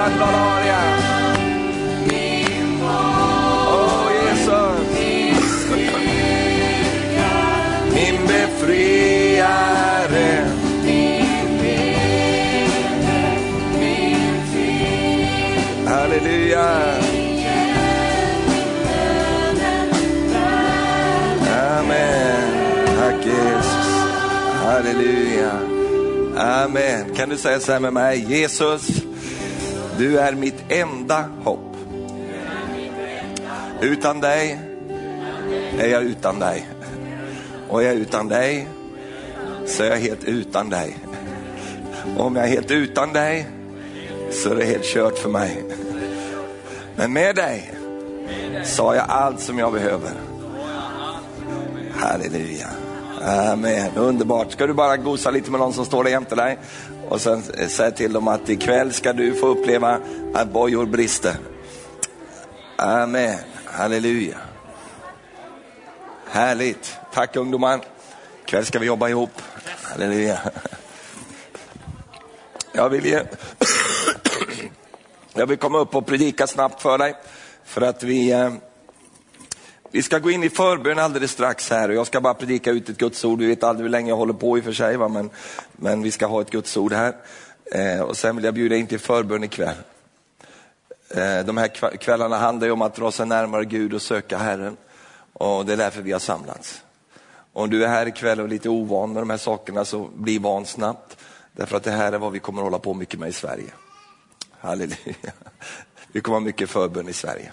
Shandalaria. Åh Jesus. Min befriare. Halleluja. Amen. Tack Jesus. Halleluja. Amen. Kan du säga så här med mig? Jesus, du är mitt enda hopp. Utan dig är jag utan dig. Och är jag utan dig så är jag helt utan dig. Om jag är helt utan dig så är det helt kört för mig. Men med dig så har jag allt som jag behöver. Halleluja. Amen. Underbart. Ska du bara gosa lite med någon som står där jämte dig och sen säga till dem att ikväll ska du få uppleva att bojor brister. Amen. Halleluja. Härligt. Tack ungdomar. Ikväll ska vi jobba ihop. Halleluja. Jag vill komma upp och predika snabbt för dig. För att vi ska gå in i förbön alldeles strax här. Och jag ska bara predika ut ett Guds ord. Vi vet aldrig hur länge jag håller på i och för sig. Va? Men vi ska ha ett Guds ord här. Och sen vill jag bjuda in till förbön ikväll. De här kvällarna handlar ju om att dra sig närmare Gud och söka Herren. Och det är därför vi har samlats. Om du är här ikväll och är lite ovan med de här sakerna så bli van snabbt. Därför att det här är vad vi kommer att hålla på mycket med i Sverige. Halleluja. Vi kommer ha mycket förbön i Sverige.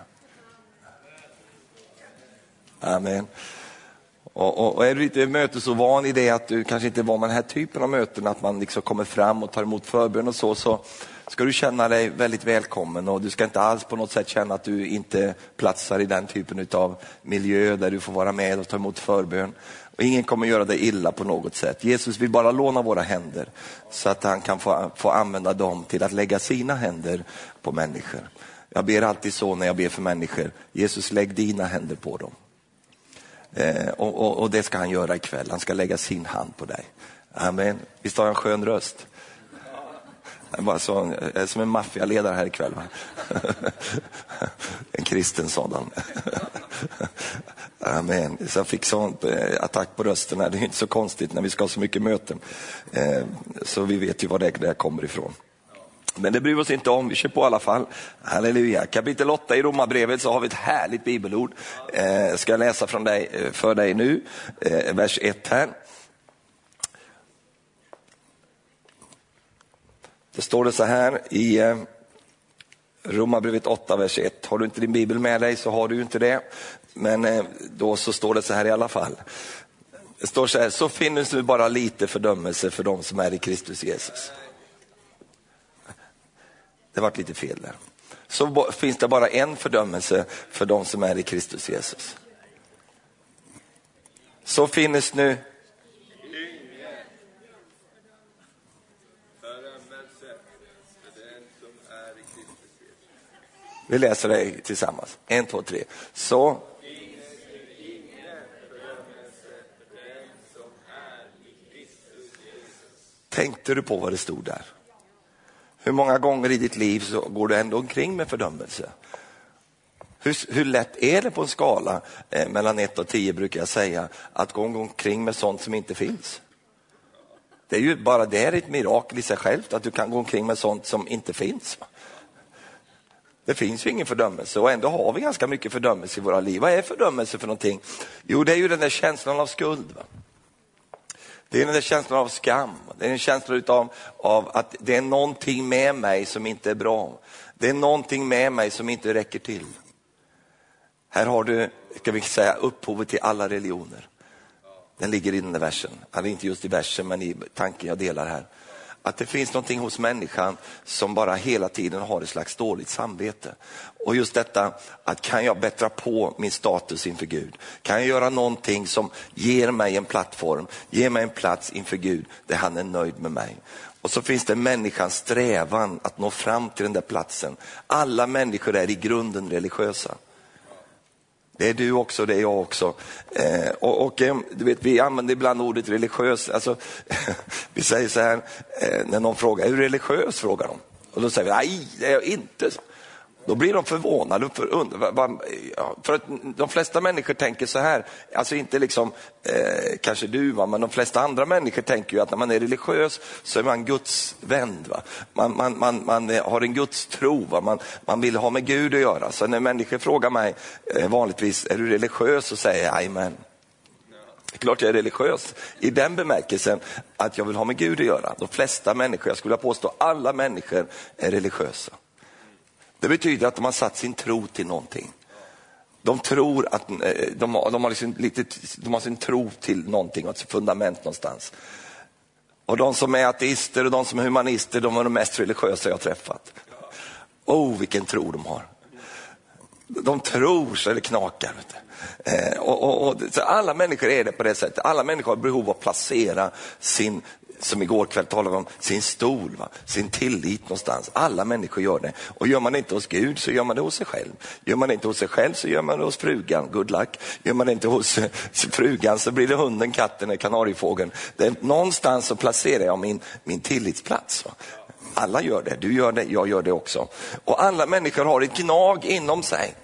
Amen. Och är du lite mötesovan i det att du kanske inte var med den här typen av möten, att man liksom kommer fram och tar emot förbön och så ska du känna dig väldigt välkommen. Och du ska inte alls på något sätt känna att du inte platsar i den typen av miljö där du får vara med och ta emot förbön. Och ingen kommer göra dig illa på något sätt. Jesus vill bara låna våra händer så att han kan få använda dem till att lägga sina händer på människor. Jag ber alltid så när jag ber för människor. Jesus, lägg dina händer på dem. Och det ska han göra ikväll. Han ska lägga sin hand på dig. Amen. Visst har jag en skön röst? Bara så, jag är som en maffialedare här ikväll. Va? En kristen sådan. Amen. Så jag fick sån attack på rösten här. Det är inte så konstigt när vi ska ha så mycket möten. Så vi vet ju var det där kommer ifrån. Men det bryr oss inte om, vi kör på i alla fall. Halleluja. Kapitel 8 i Romarbrevet så har vi ett härligt bibelord. Ska jag läsa för dig nu. Vers 1 här. Det står det så här i Romarbrevet 8, vers 1. Har du inte din bibel med dig så har du inte det. Men då så står det så här i alla fall. Det står så här: så finns nu bara lite fördömelse för de som är i Kristus Jesus. Det var lite fel där. Så finns det bara en fördömelse för de som är i Kristus Jesus. Så finns nu vi läser det tillsammans. 1, 2, 3. Så tänkte du på vad det stod där? Hur många gånger i ditt liv så går du ändå omkring med fördömelse? Hur lätt är det på en skala mellan 1 och 10 brukar jag säga att gå omkring med sånt som inte finns? Det är ju bara det är ett mirakel i sig självt att du kan gå omkring med sånt som inte finns. Det finns ju ingen fördömelse och ändå har vi ganska mycket fördömelse i våra liv. Vad är fördömelse för någonting? Jo, det är ju den där känslan av skuld. Va? Det är den där känslan av skam. Det är en känsla av att det är någonting med mig som inte är bra. Det är någonting med mig som inte räcker till. Här har du, ska vi säga, upphovet till alla religioner. Den ligger i den där versen. Alltså inte just i versen men i tanken jag delar här. Att det finns någonting hos människan som bara hela tiden har ett slags dåligt samvete. Och just detta att kan jag bättra på min status inför Gud? Kan jag göra någonting som ger mig en plattform, ger mig en plats inför Gud där han är nöjd med mig? Och så finns det människans strävan att nå fram till den där platsen. Alla människor är i grunden religiösa. Det är du också, det är jag också. Du vet, vi använder ibland ordet religiös. Alltså, vi säger så här, när någon frågar, är du religiös? Frågar de. Och då säger vi, nej det är jag inte. Då blir de förvånade. För att de flesta människor tänker så här, alltså inte liksom kanske du, men de flesta andra människor tänker ju att när man är religiös så är man Guds vän. Va? Man har en Guds tro, va? Man vill ha med Gud att göra. Så när människor frågar mig vanligtvis, är du religiös? Så säger jag, amen. Klart jag är religiös i den bemärkelsen att jag vill ha med Gud att göra. De flesta människor, jag skulle påstå alla människor är religiösa. Det betyder att de har satt sin tro till någonting. De tror att de har sin tro till någonting, ett fundament någonstans. Och de som är ateister och de som är humanister, de är de mest religiösa jag har träffat. Vilken tro de har. De tror så det knakar. Så alla människor är det på det sättet. Alla människor har behov av att placera sin, som igår kväll talade om, sin stol, va? Sin tillit någonstans. Alla människor gör det. Och gör man det inte hos Gud så gör man det hos sig själv. Gör man det inte hos sig själv så gör man det hos frugan. Good luck. Gör man det inte hos frugan så blir det hunden, katten eller kanariefågeln. Någonstans så placerar jag min tillitsplats. Va? Alla gör det. Du gör det, jag gör det också. Och alla människor har ett gnag inom sig.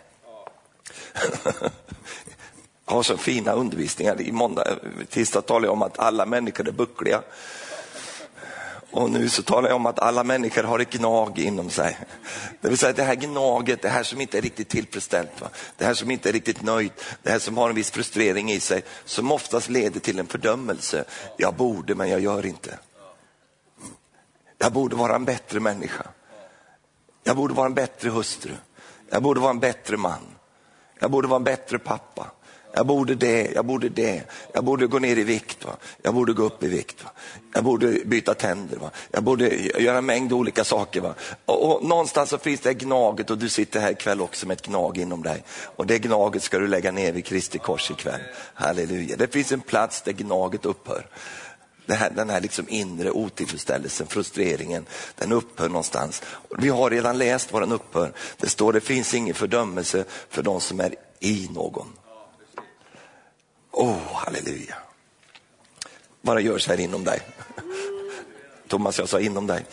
Jag har så fina undervisningar. I tisdag talade jag om att alla människor är buckliga. Och nu så talar jag om att alla människor har ett gnag inom sig. Det vill säga det här gnaget, det här som inte är riktigt tillfredsställt. Va? Det här som inte är riktigt nöjd. Det här som har en viss frustrering i sig. Som oftast leder till en fördömelse. Jag borde men jag gör inte. Jag borde vara en bättre människa. Jag borde vara en bättre hustru. Jag borde vara en bättre man. Jag borde vara en bättre pappa. Jag borde det. Jag borde gå ner i vikt. Va? Jag borde gå upp i vikt. Va? Jag borde byta tänder. Va? Jag borde göra en mängd olika saker. Va? Och någonstans så finns det gnaget och du sitter här ikväll också med ett gnag inom dig. Och det gnaget ska du lägga ner vid Kristi kors ikväll. Halleluja. Det finns en plats där gnaget upphör. Den här liksom inre otillfredsställelsen, frustreringen, den upphör någonstans. Vi har redan läst var den upphör. Det står det finns ingen fördömelse för de som är i någon. Halleluja. Bara gör så här inom dig. Thomas, jag sa inom dig.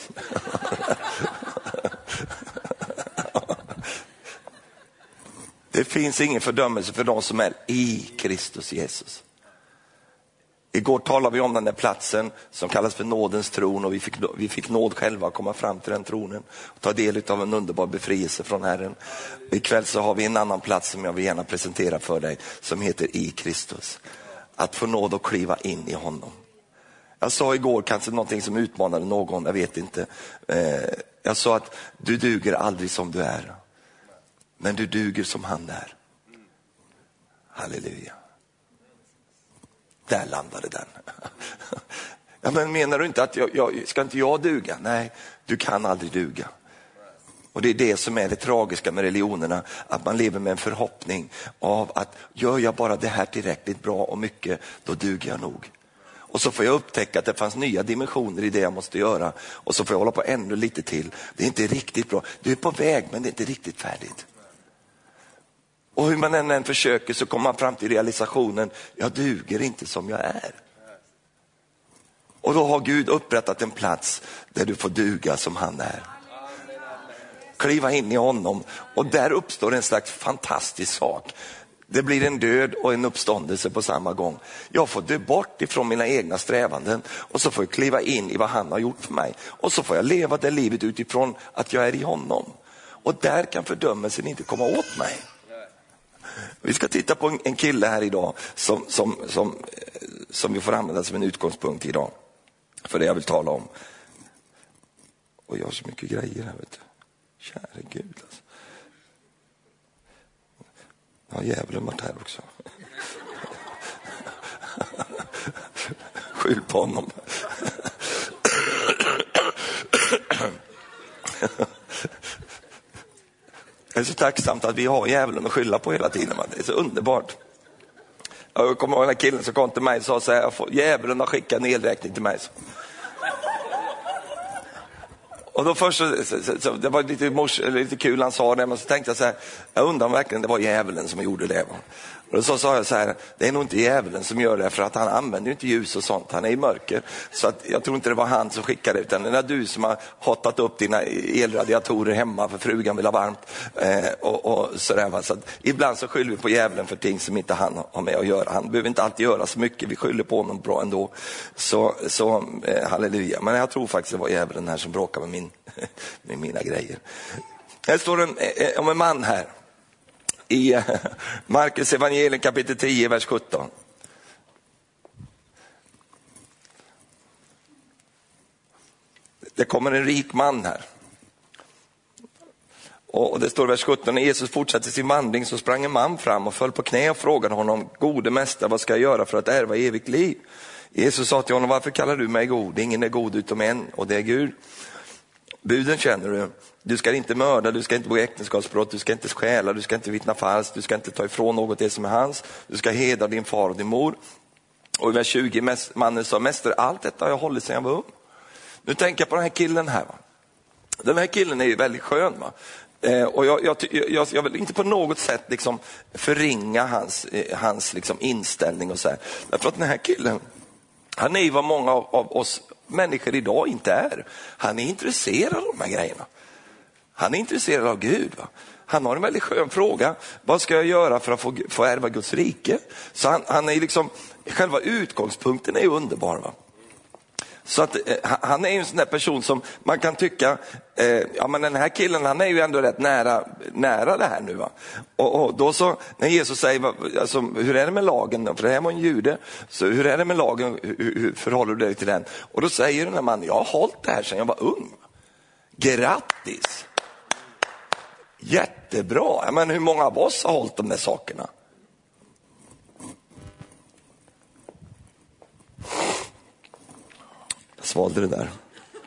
Det finns ingen fördömelse för de som är i Kristus Jesus. Igår talade vi om den där platsen som kallas för nådens tron och vi fick nåd själva att komma fram till den tronen och ta del av en underbar befrielse från Herren. Ikväll så har vi en annan plats som jag vill gärna presentera för dig som heter i Kristus. Att få nåd att kliva in i honom. Jag sa igår kanske någonting som utmanade någon, jag vet inte. Jag sa att du duger aldrig som du är. Men du duger som han är. Halleluja. Där landade den. Ja, men menar du inte att ska inte jag duga? Nej, du kan aldrig duga. Och det är det som är det tragiska med religionerna. Att man lever med en förhoppning av att gör jag bara det här tillräckligt bra och mycket, då duger jag nog. Och så får jag upptäcka att det fanns nya dimensioner i det jag måste göra. Och så får jag hålla på ännu lite till. Det är inte riktigt bra. Du är på väg men det är inte riktigt färdigt. Och hur man än försöker så kommer man fram till realisationen, jag duger inte som jag är. Och då har Gud upprättat en plats där du får duga som han är. Kliva in i honom och där uppstår en slags fantastisk sak. Det blir en död och en uppståndelse på samma gång. Jag får dö bort ifrån mina egna strävanden och så får jag kliva in i vad han har gjort för mig. Och så får jag leva det livet utifrån att jag är i honom. Och där kan fördömelsen inte komma åt mig. Vi ska titta på en kille här idag som vi får använda som en utgångspunkt idag. För det jag vill tala om. Och jag har så mycket grejer här, vet du. Käre Gud alltså. Ja, djävulen varit här också. Skyll på honom. Jag är så tacksamt att vi har djävulen att skylla på hela tiden. Det är så underbart. Jag kommer ihåg den här killen som kom till mig och sa så här, djävulen har skickat en elräkning till mig. Och då först så det var lite kul han sa det, men så tänkte jag så här, jag undrar verkligen det var djävulen som gjorde det. Och så sa jag så här, det är nog inte djävulen som gör det, för att han använder ju inte ljus och sånt, han är i mörker. Så att jag tror inte det var han som skickade, utan det är du som har hotat upp dina elradiatorer hemma för frugan vill ha varmt och sådär. Va? Så att ibland så skyller vi på djävulen för ting som inte han har med att göra. Han behöver inte alltid göra så mycket, vi skyller på honom bra ändå. Så halleluja. Men jag tror faktiskt det var djävulen här som bråkade med mina grejer. Här står det om en man här. I Markus evangelium kapitel 10, vers 17. Det kommer en rik man här. Och det står i vers 17, när Jesus fortsatte sin vandring så sprang en man fram och föll på knä och frågade honom, gode mästare, vad ska jag göra för att ärva evigt liv? Jesus sa till honom, varför kallar du mig god? Ingen är god utom en, och det är Gud. Buden känner du. Du ska inte mörda, du ska inte begå äktenskapsbrott, du ska inte stjäla, du ska inte vittna falskt, du ska inte ta ifrån något det som är hans, du ska hedra din far och din mor. Och i vers 20 mannen sa, mästare, allt detta har jag hållit sedan jag var ung. Nu tänker jag på den här killen här. Va? Den här killen är ju väldigt skön. Va? Och jag vill inte på något sätt liksom förringa hans liksom inställning och så här. Därför att den här killen, han är ju vad många av oss människor idag inte är. Han är intresserad av de här grejerna. Han är intresserad av Gud. Va? Han har en väldigt skön fråga. Vad ska jag göra för att få ärva Guds rike? Så han är liksom, själva utgångspunkten är ju underbar. Va? Så att han är ju en sån där person som man kan tycka, ja men den här killen, han är ju ändå rätt nära det här nu. Va? Och då så, när Jesus säger, alltså, hur är det med lagen? För det här var en jude, så hur är det med lagen? Hur förhåller du dig till den? Och då säger den här mannen, jag har hållit det här sedan jag var ung. Grattis! Jättebra! Men hur många av oss har hållit de där sakerna? Jag svalde det där.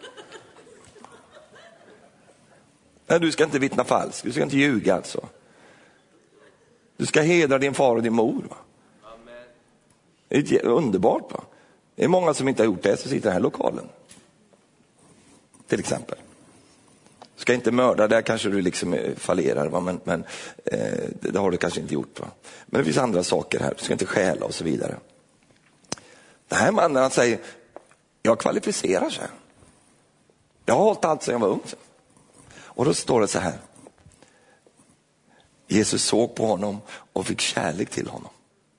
Nej, du ska inte vittna falskt. Du ska inte ljuga alltså. Du ska hedra din far och din mor. Va? Det är underbart. Va? Det är många som inte har gjort det som sitter i den här lokalen. Till exempel. Du ska inte mörda, där kanske du liksom fallerar. Va? Men det har du kanske inte gjort. Va? Men det finns andra saker här. Du ska inte stjäla och så vidare. Den här mannen, han säger, jag kvalificerar sig. Jag har hållit allt sedan jag var ung. Och då står det så här. Jesus såg på honom och fick kärlek till honom.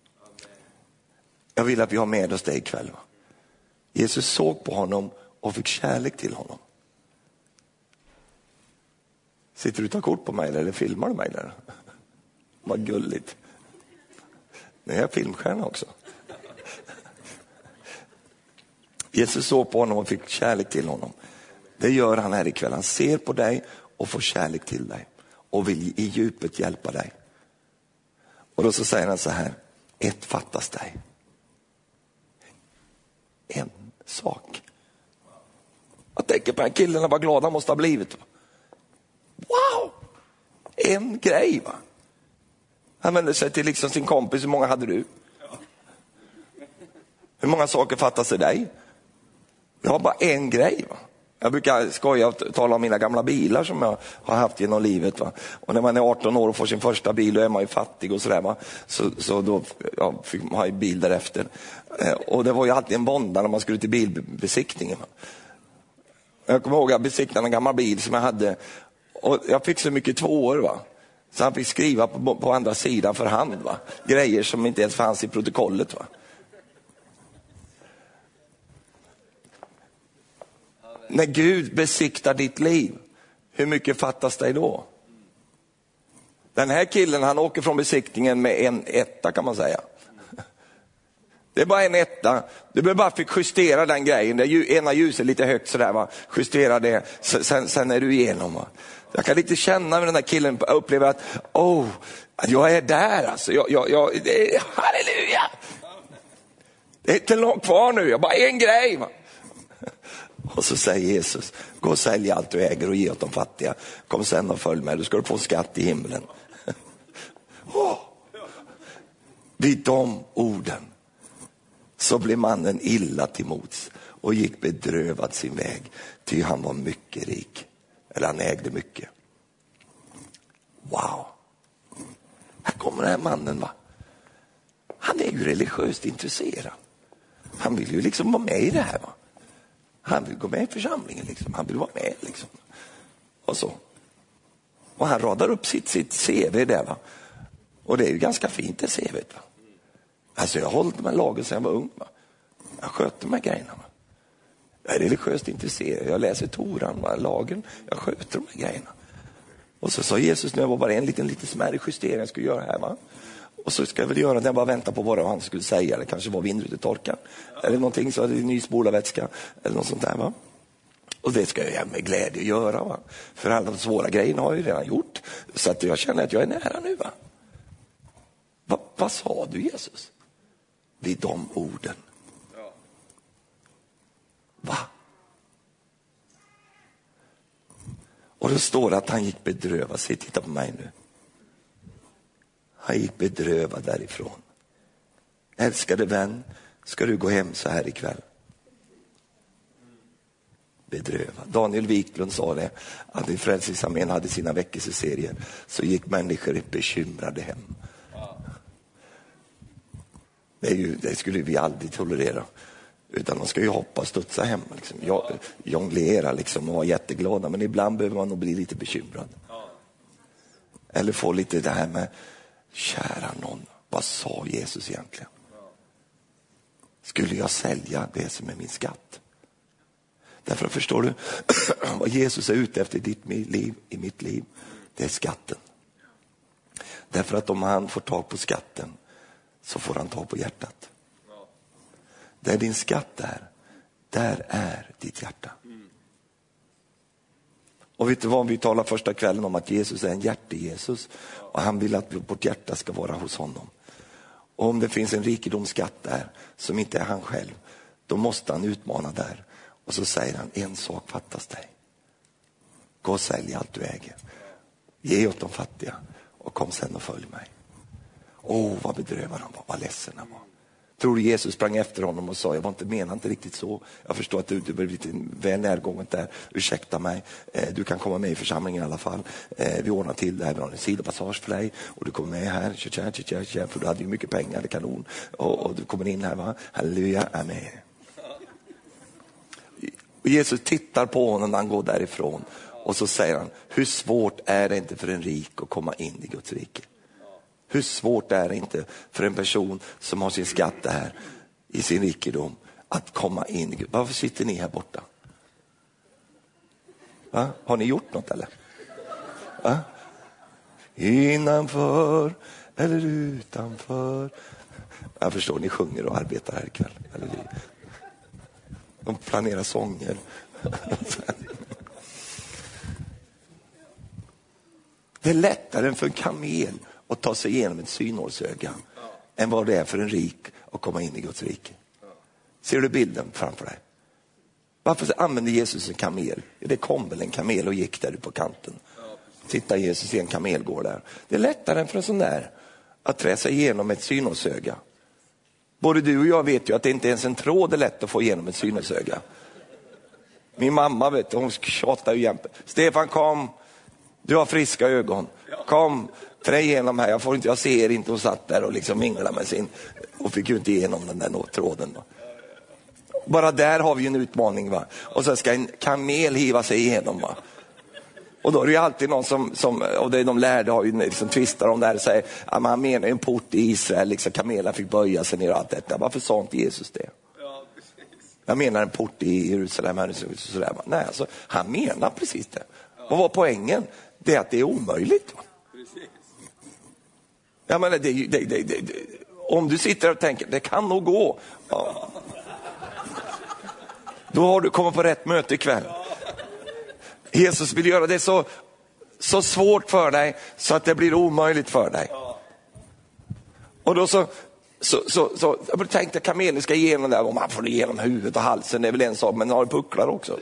Jag vill att vi har med oss det ikväll. Va? Jesus såg på honom och fick kärlek till honom. Sitter du och tar kort på mig eller filmar du mig där? Vad gulligt. Nu är jag filmstjärna också. Jesus såg på honom och fick kärlek till honom. Det gör han här ikväll. Han ser på dig och får kärlek till dig. Och vill i djupet hjälpa dig. Och då så säger han så här. Ett fattas dig. En sak. Jag tänker på den killen, vad glad han måste ha blivit. Wow! En grej, va? Han vände sig till liksom sin kompis. Hur många hade du? Hur många saker fattas det dig? Jag har bara en grej, va? Jag brukar skoja och tala om mina gamla bilar som jag har haft genom livet. Va? Och när man är 18 år och får sin första bil, då är man ju fattig och sådär. Va? Så då fick man ha en bil därefter. Och det var ju alltid en vånda när man skulle till bilbesiktningen. Va? Jag kommer ihåg att jag besiktade en gammal bil som jag hade. Och jag fick så mycket 2 år, va? Så han fick skriva på andra sidan för hand. Va? Grejer som inte ens fanns i protokollet, va? När Gud besiktar ditt liv, hur mycket fattas dig då? Den här killen, han åker från besiktningen med en etta, kan man säga. Det är bara en etta. Du behöver bara fick justera den grejen. Det är ena ljuset lite högt sådär, va? Justera det, sen är du igenom. Va? Jag kan lite känna med den här killen, upplever att jag är där alltså. Halleluja! Det är inte långt kvar nu, jag bara en grej. Va? Och så säger Jesus, gå och sälj allt du äger och ge åt de fattiga. Kom sen och följ med, du ska få skatt i himlen. Vid de orden så blev mannen illa till mots och gick bedrövad sin väg. Ty han var mycket rik. Eller han ägde mycket. Wow. Här kommer den här mannen, va? Han är ju religiöst intresserad. Han vill ju liksom vara med i det här, va? Han vill gå med i församlingen liksom. Han vill vara med liksom. Och så. Och han radar upp sitt CV där, va. Och det är ju ganska fint det CV:t, va. Alltså jag har hållit med lagen sedan jag var ung, va. Jag sköter de här grejerna, va. Jag är religiöst intresserad. Jag läser Toran, va? Lagen. Jag sköter de här grejerna. Och så sa Jesus, nu var bara en liten smärre justering jag skulle göra här, va. Och så ska jag väl göra det, jag bara vänta på vad han skulle säga. Det kanske var vindrutetorkar. Eller någonting, så är det ny spolarvätska. Eller något sånt där, va. Och det ska jag med glädje göra, va. För alla de svåra grejerna har jag ju redan gjort. Så att jag känner att jag är nära nu, va. Vad sa du, Jesus? Vid de orden. Va? Och då står det att han gick bedrövad sig. Titta på mig nu. Han gick bedrövad därifrån. Älskade vän, ska du gå hem så här ikväll? Bedrövad. Daniel Wiklund sa det, att i Frälsningsarmén hade sina väckelseserier, så gick människor bekymrade hem. Det skulle vi aldrig tolerera. Utan de ska ju hoppa och studsa hem. Liksom. Jonglera liksom, och vara jätteglada. Men ibland behöver man nog bli lite bekymrad. Eller få lite det här med, kära någon, vad sa Jesus egentligen? Skulle jag sälja det som är min skatt? Därför förstår du, vad Jesus är ute efter i ditt liv, i mitt liv, det är skatten. Därför att om han får tag på skatten, så får han tag på hjärtat. Där din skatt är, där är ditt hjärta. Och vet du vad, vi talar första kvällen om att Jesus är en hjärte-Jesus. Och han vill att vårt hjärta ska vara hos honom. Och om det finns en rikedomsskatt där som inte är han själv, då måste han utmana där. Och så säger han, en sak fattas dig. Gå och sälj allt du äger. Ge åt de fattiga och kom sen och följ mig. Vad bedrövad han var, vad ledsen han var. Tror du Jesus sprang efter honom och sa, jag menar inte riktigt så. Jag förstår att du blev lite väl närgånget där. Ursäkta mig, du kan komma med i församlingen i alla fall. Vi ordnar till det här, vi har en sidopassage för dig. Och du kommer med här, för du hade ju mycket pengar, det kanon. Och du kommer in här, va? Halleluja, amen. Och Jesus tittar på honom när han går därifrån. Och så säger han, hur svårt är det inte för en rik att komma in i Guds rike? Hur svårt är det inte för en person som har sin skatt där i sin rikedom att komma in i Gud? Varför sitter ni här borta? Va? Har ni gjort något eller? Va? Innanför eller utanför? Jag förstår, ni sjunger och arbetar här ikväll. Eller de planerar sånger. Det är lättare för en kamel att ta sig igenom ett synålsöga än vad det är för en rik att komma in i Guds rike. Ser du bilden framför dig? Varför använde Jesus en kamel? Det kom väl en kamel och gick där på kanten. Titta, Jesus i en kamel går där. Det är lättare än för en sån där att trä sig igenom ett synålsöga. Både du och jag vet ju att det inte ens en tråd är lätt att få igenom ett synålsöga. Min mamma vet, hon tjatar ju jämt. Stefan, kom. Du har friska ögon. Kom, trä igenom här. Jag ser inte. Hon satt där och liksom minglade med sin. Och fick ju inte igenom den där tråden. Va? Bara där har vi ju en utmaning. Va? Och så ska en kamel hiva sig igenom. Va? Och då är det ju alltid någon som och det är de lärde har ju liksom tvistar om det här och säger att man menar en port i Israel. Liksom kamelen fick böja sig ner och allt detta. Varför sa inte Jesus det? Jag menar en port i Jerusalem. Nej, alltså, han menar precis det. Vad var poängen? Det är att det är omöjligt. Va? Jag menar, om du sitter och tänker, det kan nog gå. Ja. Då har du kommit på rätt möte ikväll. Jesus vill göra det så svårt för dig så att det blir omöjligt för dig. Och då så jag tänkte att kamelen ska igenom där, om man får igenom huvudet och halsen, det är väl en sak, men den har pucklar också.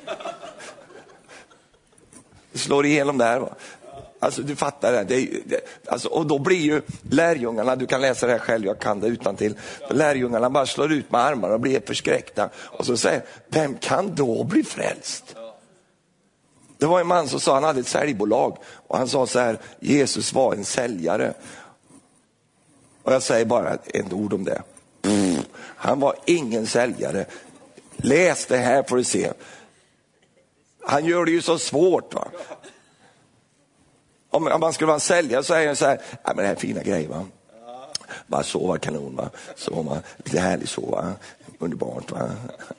Du slår igenom där, va? Alltså du fattar det. Alltså, och då blir ju lärjungarna, du kan läsa det här själv, jag kan det utantill. Lärjungarna bara slår ut med armarna och blir förskräckta. Och så säger, vem kan då bli frälst? Det var en man som sa, han hade ett säljbolag. Och han sa så här, Jesus var en säljare. Och jag säger bara ett ord om det. Han var ingen säljare. Läs det här får du se. Han gör det ju så svårt, va. Om man skulle vara en säljare så är jag så här, men det här är fina grejer, va. Bara sova kanon, va. Sova, lite härligt sova. Underbart, va.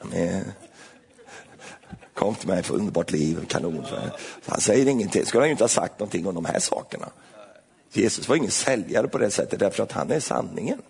Kom till mig för underbart liv, kanon. Så han säger ingenting. Skulle han ju inte ha sagt någonting om de här sakerna. Jesus var ingen säljare på det sättet därför att han är sanningen.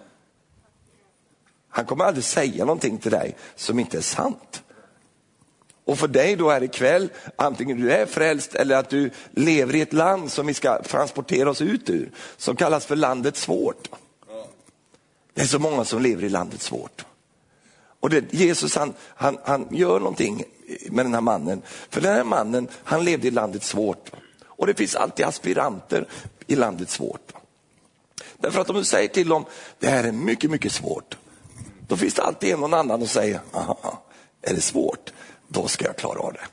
Han kommer aldrig säga någonting till dig som inte är sant. Och för dig då här ikväll, antingen du är frälst eller att du lever i ett land som vi ska transportera oss ut ur, som kallas för landet svårt. Det är så många som lever i landet svårt. Och Jesus han gör någonting med den här mannen. För den här mannen, han levde i landet svårt. Och det finns alltid aspiranter i landet svårt. Därför att om du säger till dem, det här är mycket, mycket svårt. Då finns det alltid någon annan som säger, aha, är det svårt? Då ska jag klara av det.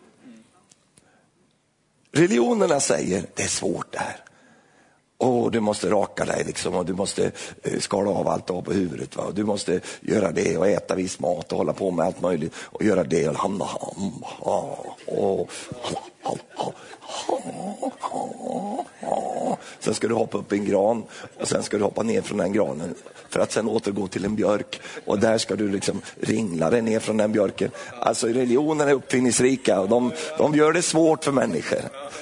Religionerna säger, det är svårt det här. Och du måste raka dig liksom, och du måste skala av allt av på huvudet, va? Och du måste göra det och äta viss mat och hålla på med allt möjligt och göra det sen ska du hoppa upp i en gran och sen ska du hoppa ner från den granen för att sen återgå till en björk och där ska du liksom ringla dig ner från den björken. Alltså religionen är uppfinningsrika och de gör det svårt för människor.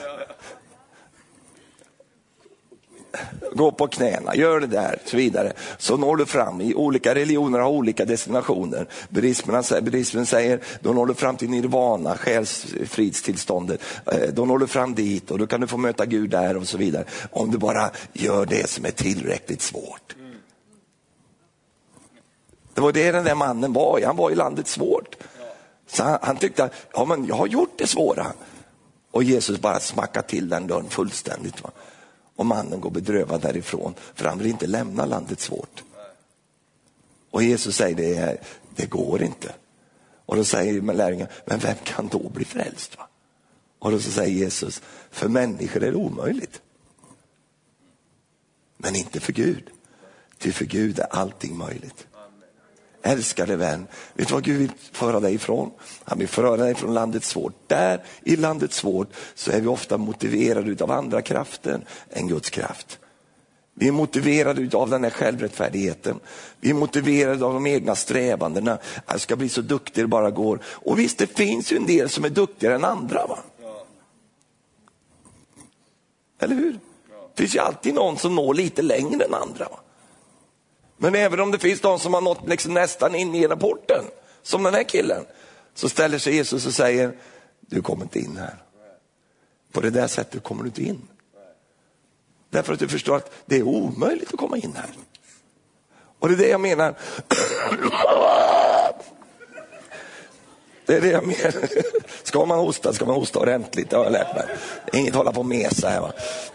Gå på knäna, gör det där, så vidare. Så når du fram. I olika religioner har olika destinationer. Buddhismen säger, då når du fram till nirvana, själsfridstillståndet. Då når du fram dit och då kan du få möta Gud där och så vidare. Om du bara gör det som är tillräckligt svårt. Det var det den där mannen var. Han var i landet svårt. Så han tyckte, ja men jag har gjort det svåra. Och Jesus bara smackade till den dörren fullständigt, va. Och mannen går bedrövad därifrån för han vill inte lämna landet svårt. Och Jesus säger det går inte. Och då säger lärjungarna, men vem kan då bli frälst, va? Och då så säger Jesus, för människor är det omöjligt. Men inte för Gud. Ty för Gud är allting möjligt. Älskade vän, vet du vad Gud vill föra dig ifrån? Han vill föra dig från landet svårt. Där i landet svårt så är vi ofta motiverade av andra krafter än Guds kraft. Vi är motiverade av den här självrättfärdigheten. Vi är motiverade av de egna strävandena. Jag ska bli så duktig det bara går. Och visst, det finns ju en del som är duktigare än andra, va? Eller hur? Det finns ju alltid någon som når lite längre än andra, va? Men även om det finns de som har nått liksom nästan in i rapporten, som den här killen, så ställer sig Jesus och säger, du kommer inte in här. På det där sättet kommer du inte in. Därför att du förstår att det är omöjligt att komma in här. Och det är det jag menar. Det är det jag menar. Ska man hosta ordentligt, det har jag lärt mig. Inget hålla på med så här, va.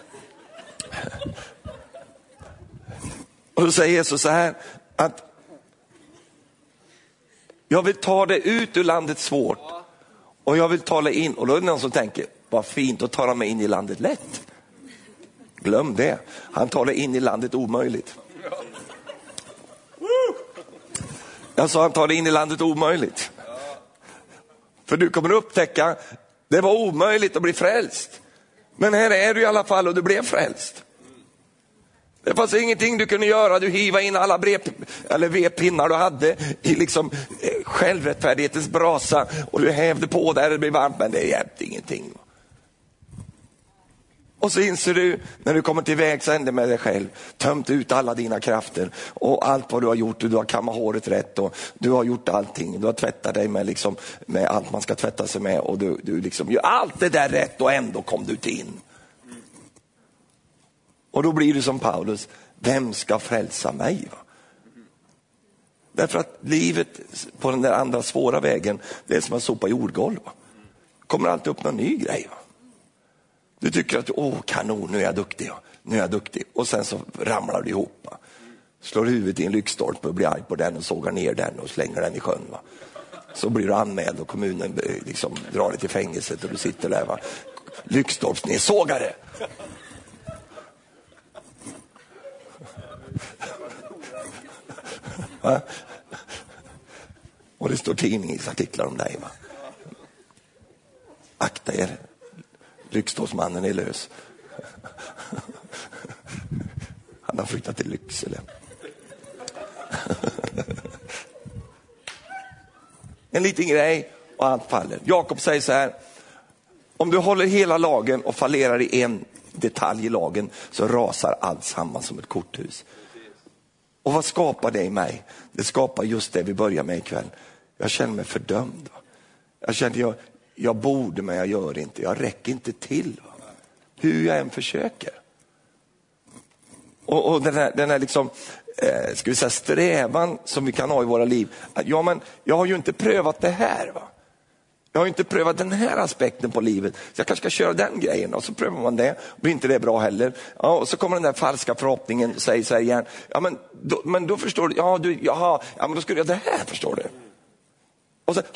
Och då säger Jesus så här, att jag vill ta dig ut ur landet svårt och jag vill tala in. Och då är det någon som tänker, vad fint att ta mig in i landet lätt. Glöm det. Han talar in i landet omöjligt. Jag sa han talar in i landet omöjligt. För du kommer att upptäcka, det var omöjligt att bli frälst. Men här är du i alla fall och du blev frälst. Det fanns ingenting du kunde göra. Du hiva in alla vedpinnar du hade i liksom självrättfärdighetens brasa och du hävde på där det blev varmt, men det hjälpte ingenting. Och så inser du när du kommer till vägs ände med dig själv, tömt ut alla dina krafter och allt vad du har gjort. Du har kammat håret rätt och du har gjort allting. Du har tvättat dig med, liksom, med allt man ska tvätta sig med och du liksom gör allt det där rätt och ändå kom du inte in. Och då blir du som Paulus, vem ska frälsa mig, va? Därför att livet på den där andra svåra vägen, det är som att sopa jordgolv, va? Kommer alltid upp någon ny grej, va? Du tycker att, kanon, nu är jag duktig, ja. Nu är jag duktig. Och sen så ramlar du ihop, va? Slår huvudet i en lyktstolpe och blir arg på den och sågar ner den och slänger den i sjön, va? Så blir du anmäld och kommunen liksom drar dig till fängelset och du sitter där, va? Lyktstolpsnedsågare. Va? Och det står tidningsartiklar om dig, va? Akta er, lyxståsmannen är lös. Han har flyttat till Lycksele. En liten grej och allt faller. Jakob säger så här: om du håller hela lagen och fallerar i en detalj i lagen, så rasar allt samman som ett korthus. Och vad skapar det i mig? Det skapar just det vi börjar med ikväll. Jag känner mig fördömd. Jag känner jag borde, men jag gör inte. Jag räcker inte till. Hur jag än försöker. Och den här liksom, ska vi säga, strävan som vi kan ha i våra liv. Ja, men jag har ju inte prövat det här, va? Jag har inte prövat den här aspekten på livet. Så jag kanske ska köra den grejen. Och så prövar man det. Och blir inte det bra heller. Ja, och så kommer den där falska förhoppningen. Säger så här igen. Ja, men då förstår du. Ja, men då skulle jag det här, förstår du. Och så.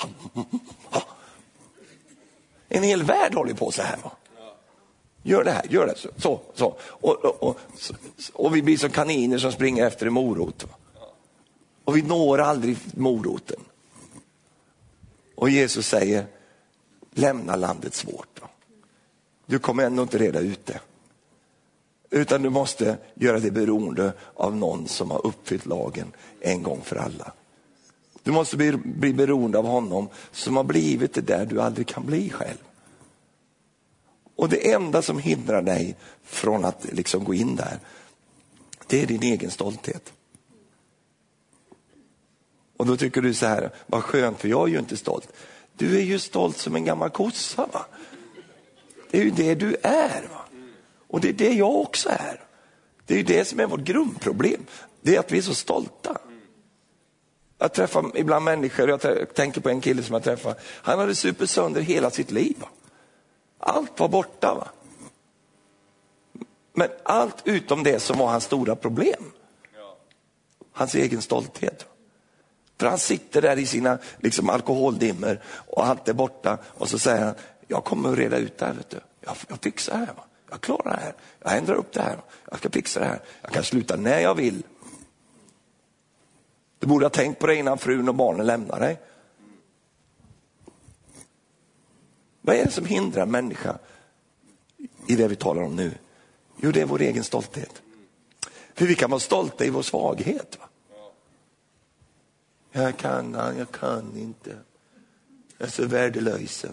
En hel värld håller på så här, va? Gör det här, gör det. Så. Och vi blir som kaniner som springer efter en morot. Va? Och vi når aldrig moroten. Och Jesus säger: lämna landet svårt. Va? Du kommer ändå inte reda ut det. Utan du måste göra det beroende av någon som har uppfyllt lagen en gång för alla. Du måste bli beroende av honom som har blivit det där du aldrig kan bli själv. Och det enda som hindrar dig från att liksom gå in där, det är din egen stolthet. Och då tycker du så här: vad skönt, för jag är ju inte stolt. Du är ju stolt som en gammal kossa, va? Det är ju det du är, va? Och det är det jag också är. Det är ju det som är vårt grundproblem. Det är att vi är så stolta. Jag träffar ibland människor, jag tänker på en kille som jag träffade. Han hade super sönder hela sitt liv, va? Allt var borta, va? Men allt utom det som var hans stora problem. Hans egen stolthet. För han sitter där i sina liksom alkoholdimmer och allt är borta. Och så säger han: jag kommer att reda ut det här, vet du. Jag fixar det här, va? Jag klarar det här. Jag ändrar upp det här. Jag ska fixa det här. Jag kan sluta när jag vill. Du borde ha tänkt på det innan frun och barnen lämnar dig. Vad är det som hindrar människa i det vi talar om nu? Jo, det är vår egen stolthet. För vi kan vara stolta i vår svaghet, va? Jag kan inte. Jag är så värdelös.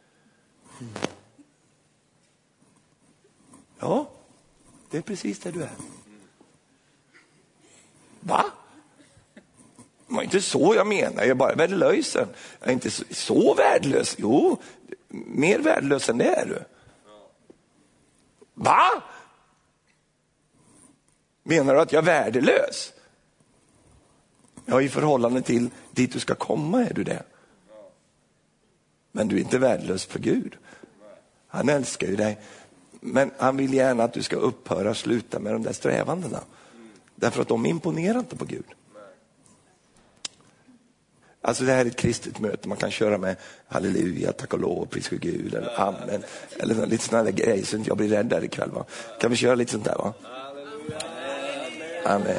Ja, det är precis det du är. Va? Det var inte så jag menar. Jag är bara värdelös. Jag är inte så värdelös. Jo, mer värdelös än det är du. Va? Menar du att jag är värdelös? Ja, i förhållande till dit du ska komma är du det. Men du är inte värdelös för Gud. Han älskar ju dig. Men han vill gärna att du ska upphöra, sluta med de där strävandena. Därför att de imponerar inte på Gud. Alltså det här är ett kristet möte. Man kan köra med halleluja, tack och lov, pris för Gud eller amen. Eller lite sådana där grejer så jag blir rädd där ikväll, va? Kan vi köra lite sånt där, va? Amen.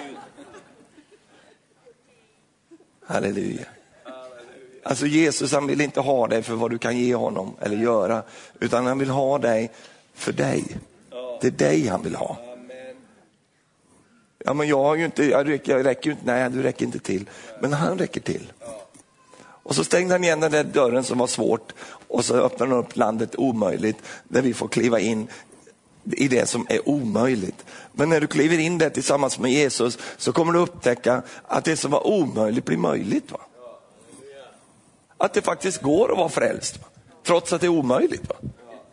Halleluja. Alltså Jesus, han vill inte ha dig för vad du kan ge honom eller göra. Utan han vill ha dig för dig. Det är dig han vill ha. Ja, men jag har ju inte, jag räcker ju inte, nej du räcker inte till. Men han räcker till. Och så stängde han igen den där dörren som var svårt. Och så öppnade han upp landet omöjligt. Där vi får kliva in i det som är omöjligt. Men när du kliver in där tillsammans med Jesus så kommer du upptäcka att det som var omöjligt blir möjligt, va? Att det faktiskt går att vara frälst, va? Trots att det är omöjligt, va?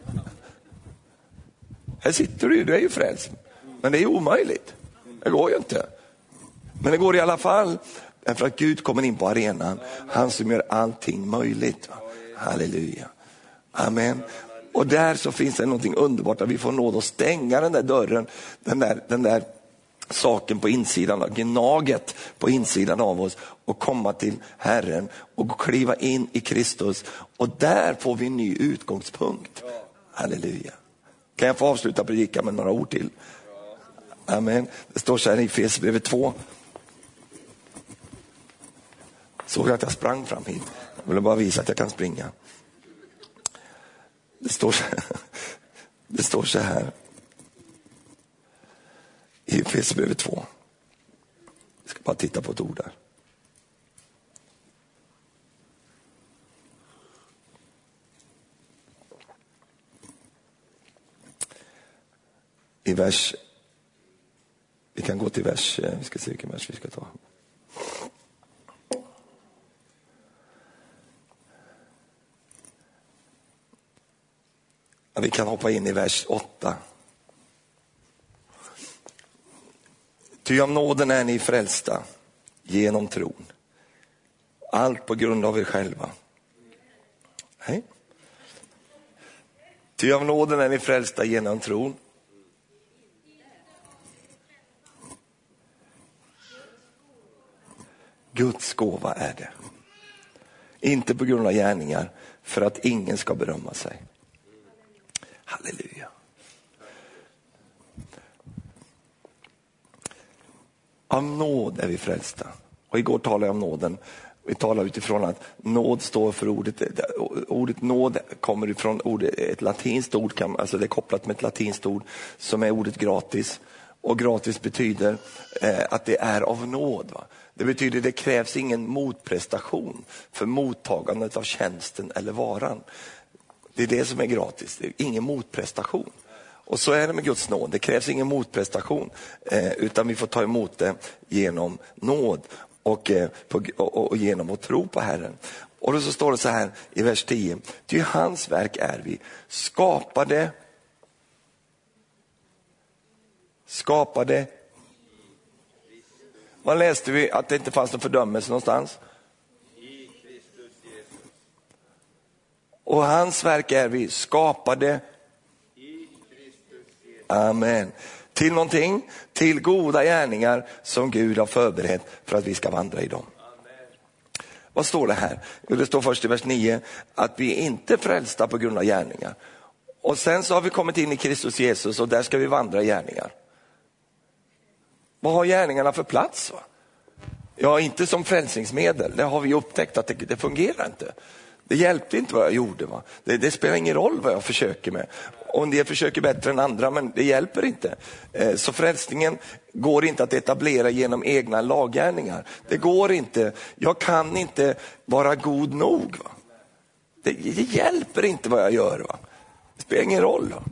Här sitter du är ju frälst. Men det är omöjligt. Det går ju inte. Men det går i alla fall. Därför att Gud kommer in på arenan. Han som gör allting möjligt, va? Halleluja. Amen. Och där så finns det någonting underbart att vi får nåd att stänga den där dörren. Den där saken på insidan, gnaget på insidan av oss. Och komma till Herren och kliva in i Kristus. Och där får vi en ny utgångspunkt. Halleluja. Kan jag få avsluta predika med några ord till? Amen. Det står så här i Efesierbrevet 2. Såg att jag sprang fram hit. Jag ville bara visa att jag kan springa. Det står så här i Efesierbrevet 2. Jag ska bara titta på ett ord där. Vi kan gå till vers, vi ska se vilken vers vi ska ta. Vi kan hoppa in i vers 8. Ty av nåden är ni frälsta genom tron. Allt på grund av er själva. Nej. Ty av nåden är ni frälsta genom tron. Guds gåva är det. Inte på grund av gärningar, för att ingen ska berömma sig. Halleluja. Av nåd är vi frälsta. Och igår talade jag om nåden. Vi talar utifrån att nåd står för ordet nåd kommer ifrån ett latinskt ord, alltså det är kopplat med ett latinskt ord som är ordet gratis. Och gratis betyder att det är av nåd. Va? Det betyder att det krävs ingen motprestation för mottagandet av tjänsten eller varan. Det är det som är gratis, det är ingen motprestation. Och så är det med Guds nåd, det krävs ingen motprestation utan vi får ta emot det genom nåd och genom att tro på Herren. Och då så står det så här i vers 10. Ty hans verk är vi skapade. Vad läste vi? Att det inte fanns någon fördömelse någonstans. I Kristus Jesus. Och hans verk är vi skapade. I Kristus Jesus. Amen. Till någonting, till goda gärningar som Gud har förberett för att vi ska vandra i dem. Amen. Vad står det här? Jo, det står först i vers 9 att vi inte är frälsta på grund av gärningar. Och sen så har vi kommit in i Kristus Jesus och där ska vi vandra i gärningar. Vad har gärningarna för plats? Va? Ja, inte som frälsningsmedel. Det har vi upptäckt att det fungerar inte. Det hjälpte inte vad jag gjorde. Va? Det spelar ingen roll vad jag försöker med. Och en del försöker bättre än andra, men det hjälper inte. Så frälsningen går inte att etablera genom egna laggärningar. Det går inte. Jag kan inte vara god nog. Va? Det hjälper inte vad jag gör. Va? Det spelar ingen roll. Va?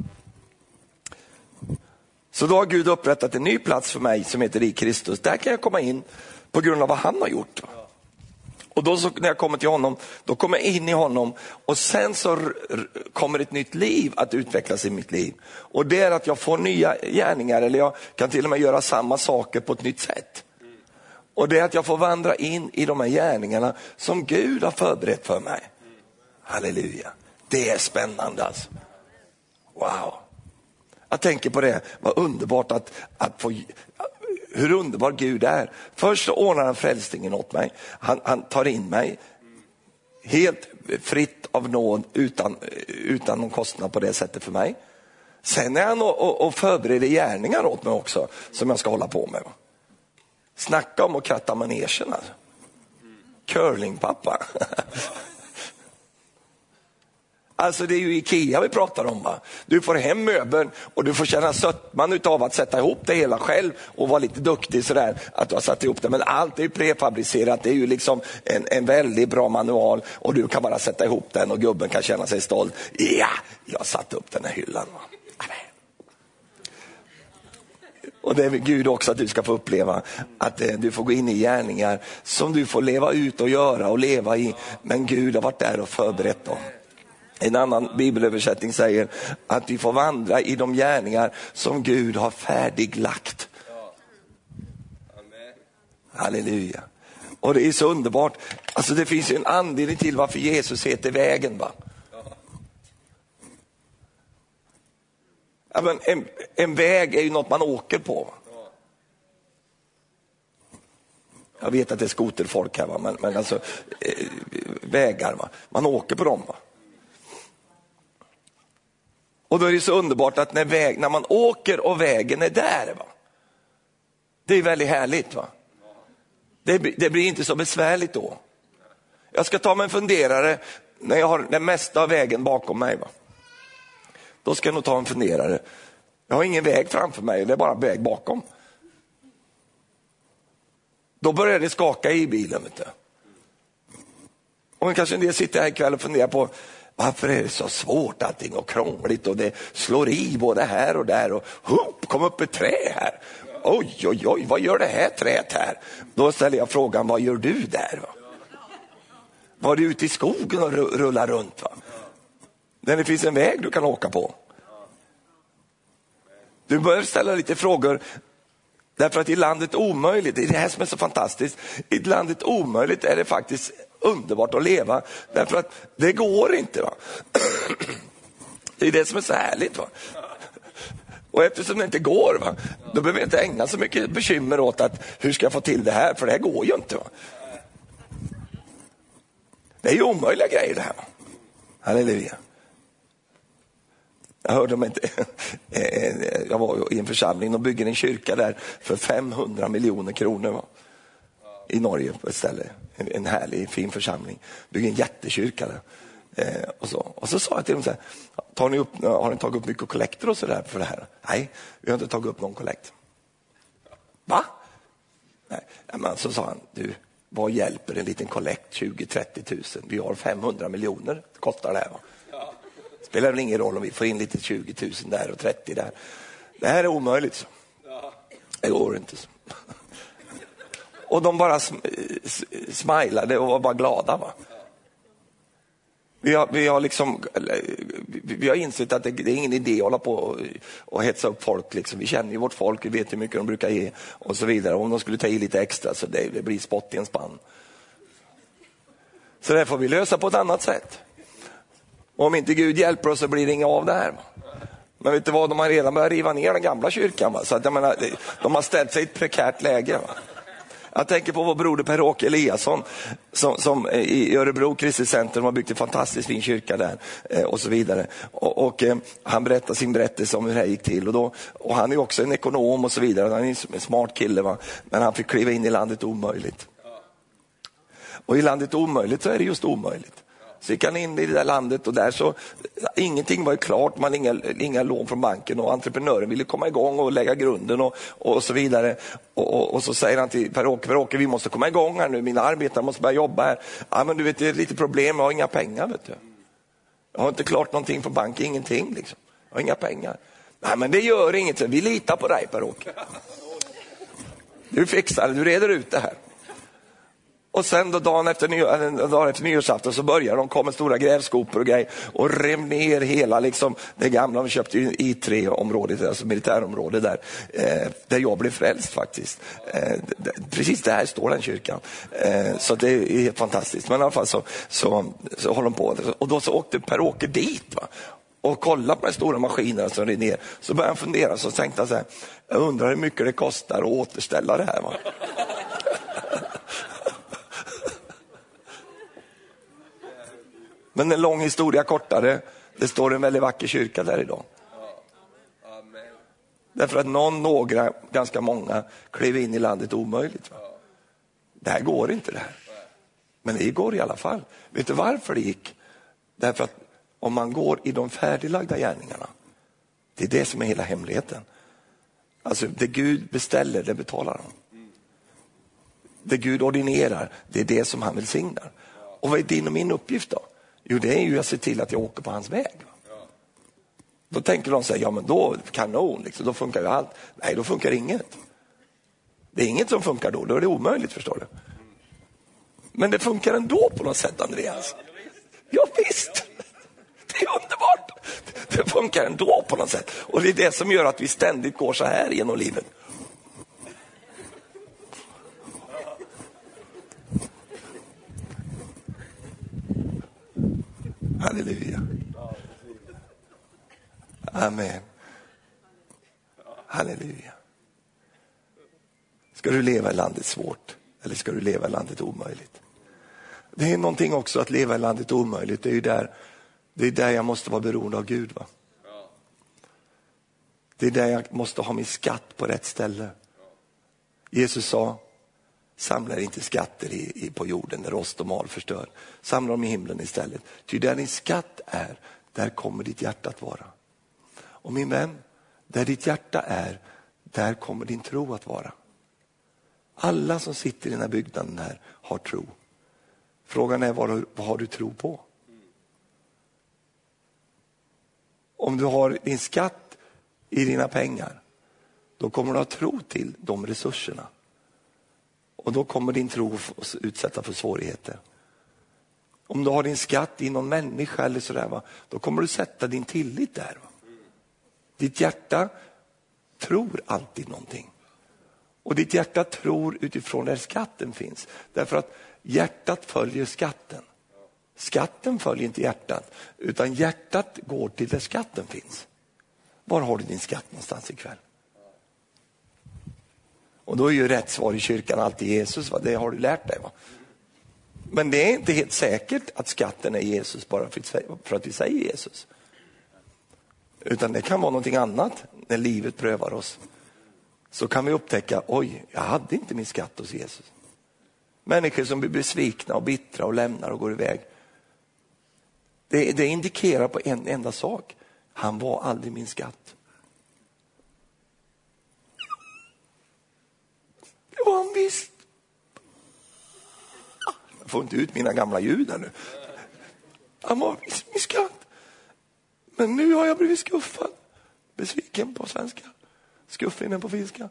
Så då har Gud upprättat en ny plats för mig som heter i Kristus. Där kan jag komma in på grund av vad han har gjort. Och då så, när jag kommer till honom, då kommer jag in i honom. Och sen så kommer ett nytt liv att utvecklas i mitt liv. Och det är att jag får nya gärningar, eller jag kan till och med göra samma saker på ett nytt sätt. Och det är att jag får vandra in i de här gärningarna som Gud har förberett för mig. Halleluja. Det är spännande alltså. Wow. Jag tänker på det, vad underbart att få, hur underbar Gud är. Först så ordnar han frälsningen åt mig. Han tar in mig helt fritt av nåd utan någon kostnad på det sättet för mig. Sen är han och förbereder gärningar åt mig också som jag ska hålla på med. Snacka om att kratta manegen alltså. Curlingpappa. Alltså det är ju Ikea vi pratar om. Va? Du får hem möbeln och du får känna sötman utav att sätta ihop det hela själv och vara lite duktig sådär att du har satt ihop det. Men allt är ju prefabricerat, det är ju liksom en väldigt bra manual och du kan bara sätta ihop den och gubben kan känna sig stolt. Ja, jag har satt upp den här hyllan. Va? Och det är Gud också att du ska få uppleva att du får gå in i gärningar som du får leva ut och göra och leva i. Men Gud har varit där och förberett dem. En annan bibelöversättning säger att vi får vandra i de gärningar som Gud har färdiglagt. Amen. Halleluja. Och det är så underbart. Alltså det finns ju en anledning till varför Jesus heter vägen. Va? Ja, men en väg är ju något man åker på. Jag vet att det är skoterfolk här, va? Men alltså vägar, va? Man åker på dem. Va? Och då är det så underbart att när man åker och vägen är där, va? Det är väldigt härligt, va? Det blir inte så besvärligt då. Jag ska ta mig en funderare när jag har den mesta av vägen bakom mig, va? Då ska jag nog ta en funderare. Jag har ingen väg framför mig, det är bara väg bakom. Då börjar det skaka i bilen, vet du. Och kanske en del sitter här ikväll och funderar på varför är det så svårt allting och krångligt och det slår i både här och där och kom upp ett trä här. Oj, vad gör det här träet här? Då ställer jag frågan, vad gör du där? Va? Var du ute i skogen och rullar runt? Va? Där det finns en väg du kan åka på. Du börjar ställa lite frågor. Därför att i landet omöjligt, det är det här som är så fantastiskt. I landet omöjligt är det faktiskt underbart att leva. Därför att det går inte, va? Det är det som är så härligt, va? Och eftersom det inte går, va? Då behöver jag inte ägna så mycket bekymmer åt att hur ska jag få till det här? För det här går ju inte, va? Det är ju omöjliga grejer det här, va? Halleluja. Jag hörde om jag var i en församling och bygger en kyrka där för 500 miljoner kronor, va? I Norge på ett ställe. En härlig, fin församling. Bygger en jättekyrka där. Och så sa jag till dem så här, har ni tagit upp mycket kollekter och så där för det här? Nej, vi har inte tagit upp någon kollekt. Va? Nej, men så sa han, du, vad hjälper en liten kollekt 20-30 000? Vi har 500 miljoner, kostar det här, va? Spelar väl ingen roll om vi får in lite 20 000 där och 30 där. Det här är omöjligt. Så. Det går inte så. Och de bara smilade och var bara glada, va? Vi har insett att det är ingen idé att hålla på och hetsa upp folk. Liksom. Vi känner ju vårt folk, vi vet hur mycket de brukar ge och så vidare. Om de skulle ta i lite extra så det blir spott i en spann. Så det får vi lösa på ett annat sätt. Och om inte Gud hjälper oss så blir det inget av det här. Men vet du vad, de har redan börjat riva ner den gamla kyrkan. Va? Så att, jag menar, de har ställt sig i ett prekärt läge. Va? Jag tänker på vår broder Per-Åke Eliasson som i Örebro Kristet Center har byggt en fantastiskt fin kyrka där och så vidare. Och han berättar sin berättelse om hur det här gick till. Och han är också en ekonom och så vidare. Han är en smart kille, va? Men han fick kliva in i landet omöjligt. Och i landet omöjligt så är det just omöjligt. Så gick han in i det där landet och där så ingenting var klart, man inga lån från banken och entreprenören ville komma igång och lägga grunden och så vidare. Och så säger han till Per-Åke, vi måste komma igång här nu, mina arbetare måste börja jobba här. Ja, men du vet, det är lite problem, jag har inga pengar, vet du. Jag har inte klart någonting från banken, ingenting liksom. Jag har inga pengar. Nej, men det gör inget, vi litar på dig, Per-Åke. Du fixar det, du reder ut det här. Och sen då dagen efter nyårsafton så börjar de komma stora grävskopor och grejer och rev ner hela liksom, det gamla. De köpte ju I3-området, alltså militärområdet där jag blev frälst faktiskt. Precis där står den kyrkan. Så det är helt fantastiskt. Men i alla fall så håller de på. Och då så åkte Per-Åke dit, va? Och kollade på de stora maskinerna som rev ner. Så började han fundera, så tänkte han så här, jag undrar hur mycket det kostar att återställa det här, va? Men en lång historia kortare, det står en väldigt vacker kyrka där idag. Amen. Därför att några, ganska många klev in i landet omöjligt. Va? Det här går inte det här. Men det går i alla fall. Vet du varför det gick? Därför att om man går i de färdiglagda gärningarna, det är det som är hela hemligheten. Alltså det Gud beställer, det betalar han. Det Gud ordinerar, det är det som han välsignar. Och vad är din och min uppgift då? Jo, det är ju att se till att jag åker på hans väg. Då tänker de så här, ja men då kanon, liksom, då funkar ju allt. Nej, då funkar inget. Det är inget som funkar då är det omöjligt, förstår du. Men det funkar ändå på något sätt, Andreas. Ja visst, det är underbart. Det funkar ändå på något sätt. Och det är det som gör att vi ständigt går så här genom livet. Halleluja. Amen. Halleluja. Ska du leva i landet svårt eller ska du leva i landet omöjligt? Det är någonting också att leva i landet omöjligt. Det är där jag måste vara beroende av Gud, va? Det är där jag måste ha min skatt på rätt ställe. Jesus sa, samla inte skatter på jorden där rost och mal förstör. Samla dem i himlen istället. Ty där din skatt är, där kommer ditt hjärta att vara. Och min vän, där ditt hjärta är, där kommer din tro att vara. Alla som sitter i den här byggnaden här har tro. Frågan är vad har du tro på? Om du har din skatt i dina pengar, då kommer du ha tro till de resurserna. Och då kommer din tro att utsätta för svårigheter. Om du har din skatt i någon människa eller sådär, då kommer du sätta din tillit där. Ditt hjärta tror alltid någonting. Och ditt hjärta tror utifrån där skatten finns. Därför att hjärtat följer skatten. Skatten följer inte hjärtat, utan hjärtat går till där skatten finns. Var har du din skatt någonstans ikväll? Och då är ju rätt svar i kyrkan alltid Jesus, va? Det har du lärt dig, va? Men det är inte helt säkert att skatten är Jesus bara för att vi säger Jesus. Utan det kan vara någonting annat när livet prövar oss. Så kan vi upptäcka, oj, jag hade inte min skatt hos Jesus. Människor som blir besvikna och bittra och lämnar och går iväg. Det indikerar på en enda sak. Han var aldrig min skatt. Det var han visst. Jag får inte ut mina gamla ljud här nu. Han var visst min skatt. Men nu har jag blivit skuffad. Besviken på svenska. Skuffinen på finska.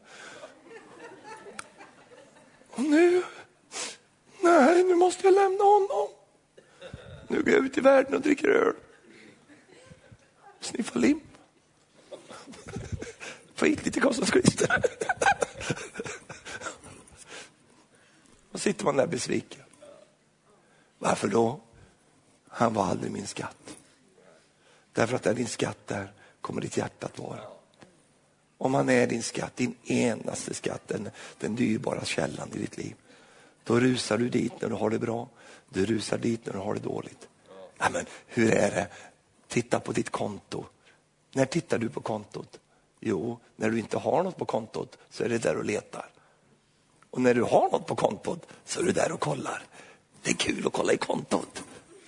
Och nu måste jag lämna honom. Nu går jag ut i världen och dricker öl. Sniffa lim. Få hit lite kostnadsklister. Och sitter man där besviken. Varför då? Han var aldrig min skatt. Därför att där din skatt där kommer ditt hjärta att vara. Om han är din skatt, din enaste skatt, den dyrbara källan i ditt liv. Då rusar du dit när du har det bra. Du rusar dit när du har det dåligt. Ja, men hur är det? Titta på ditt konto. När tittar du på kontot? Jo, när du inte har något på kontot så är det där och letar. Och när du har något på kontot så är du där och kollar. Det är kul att kolla i kontot.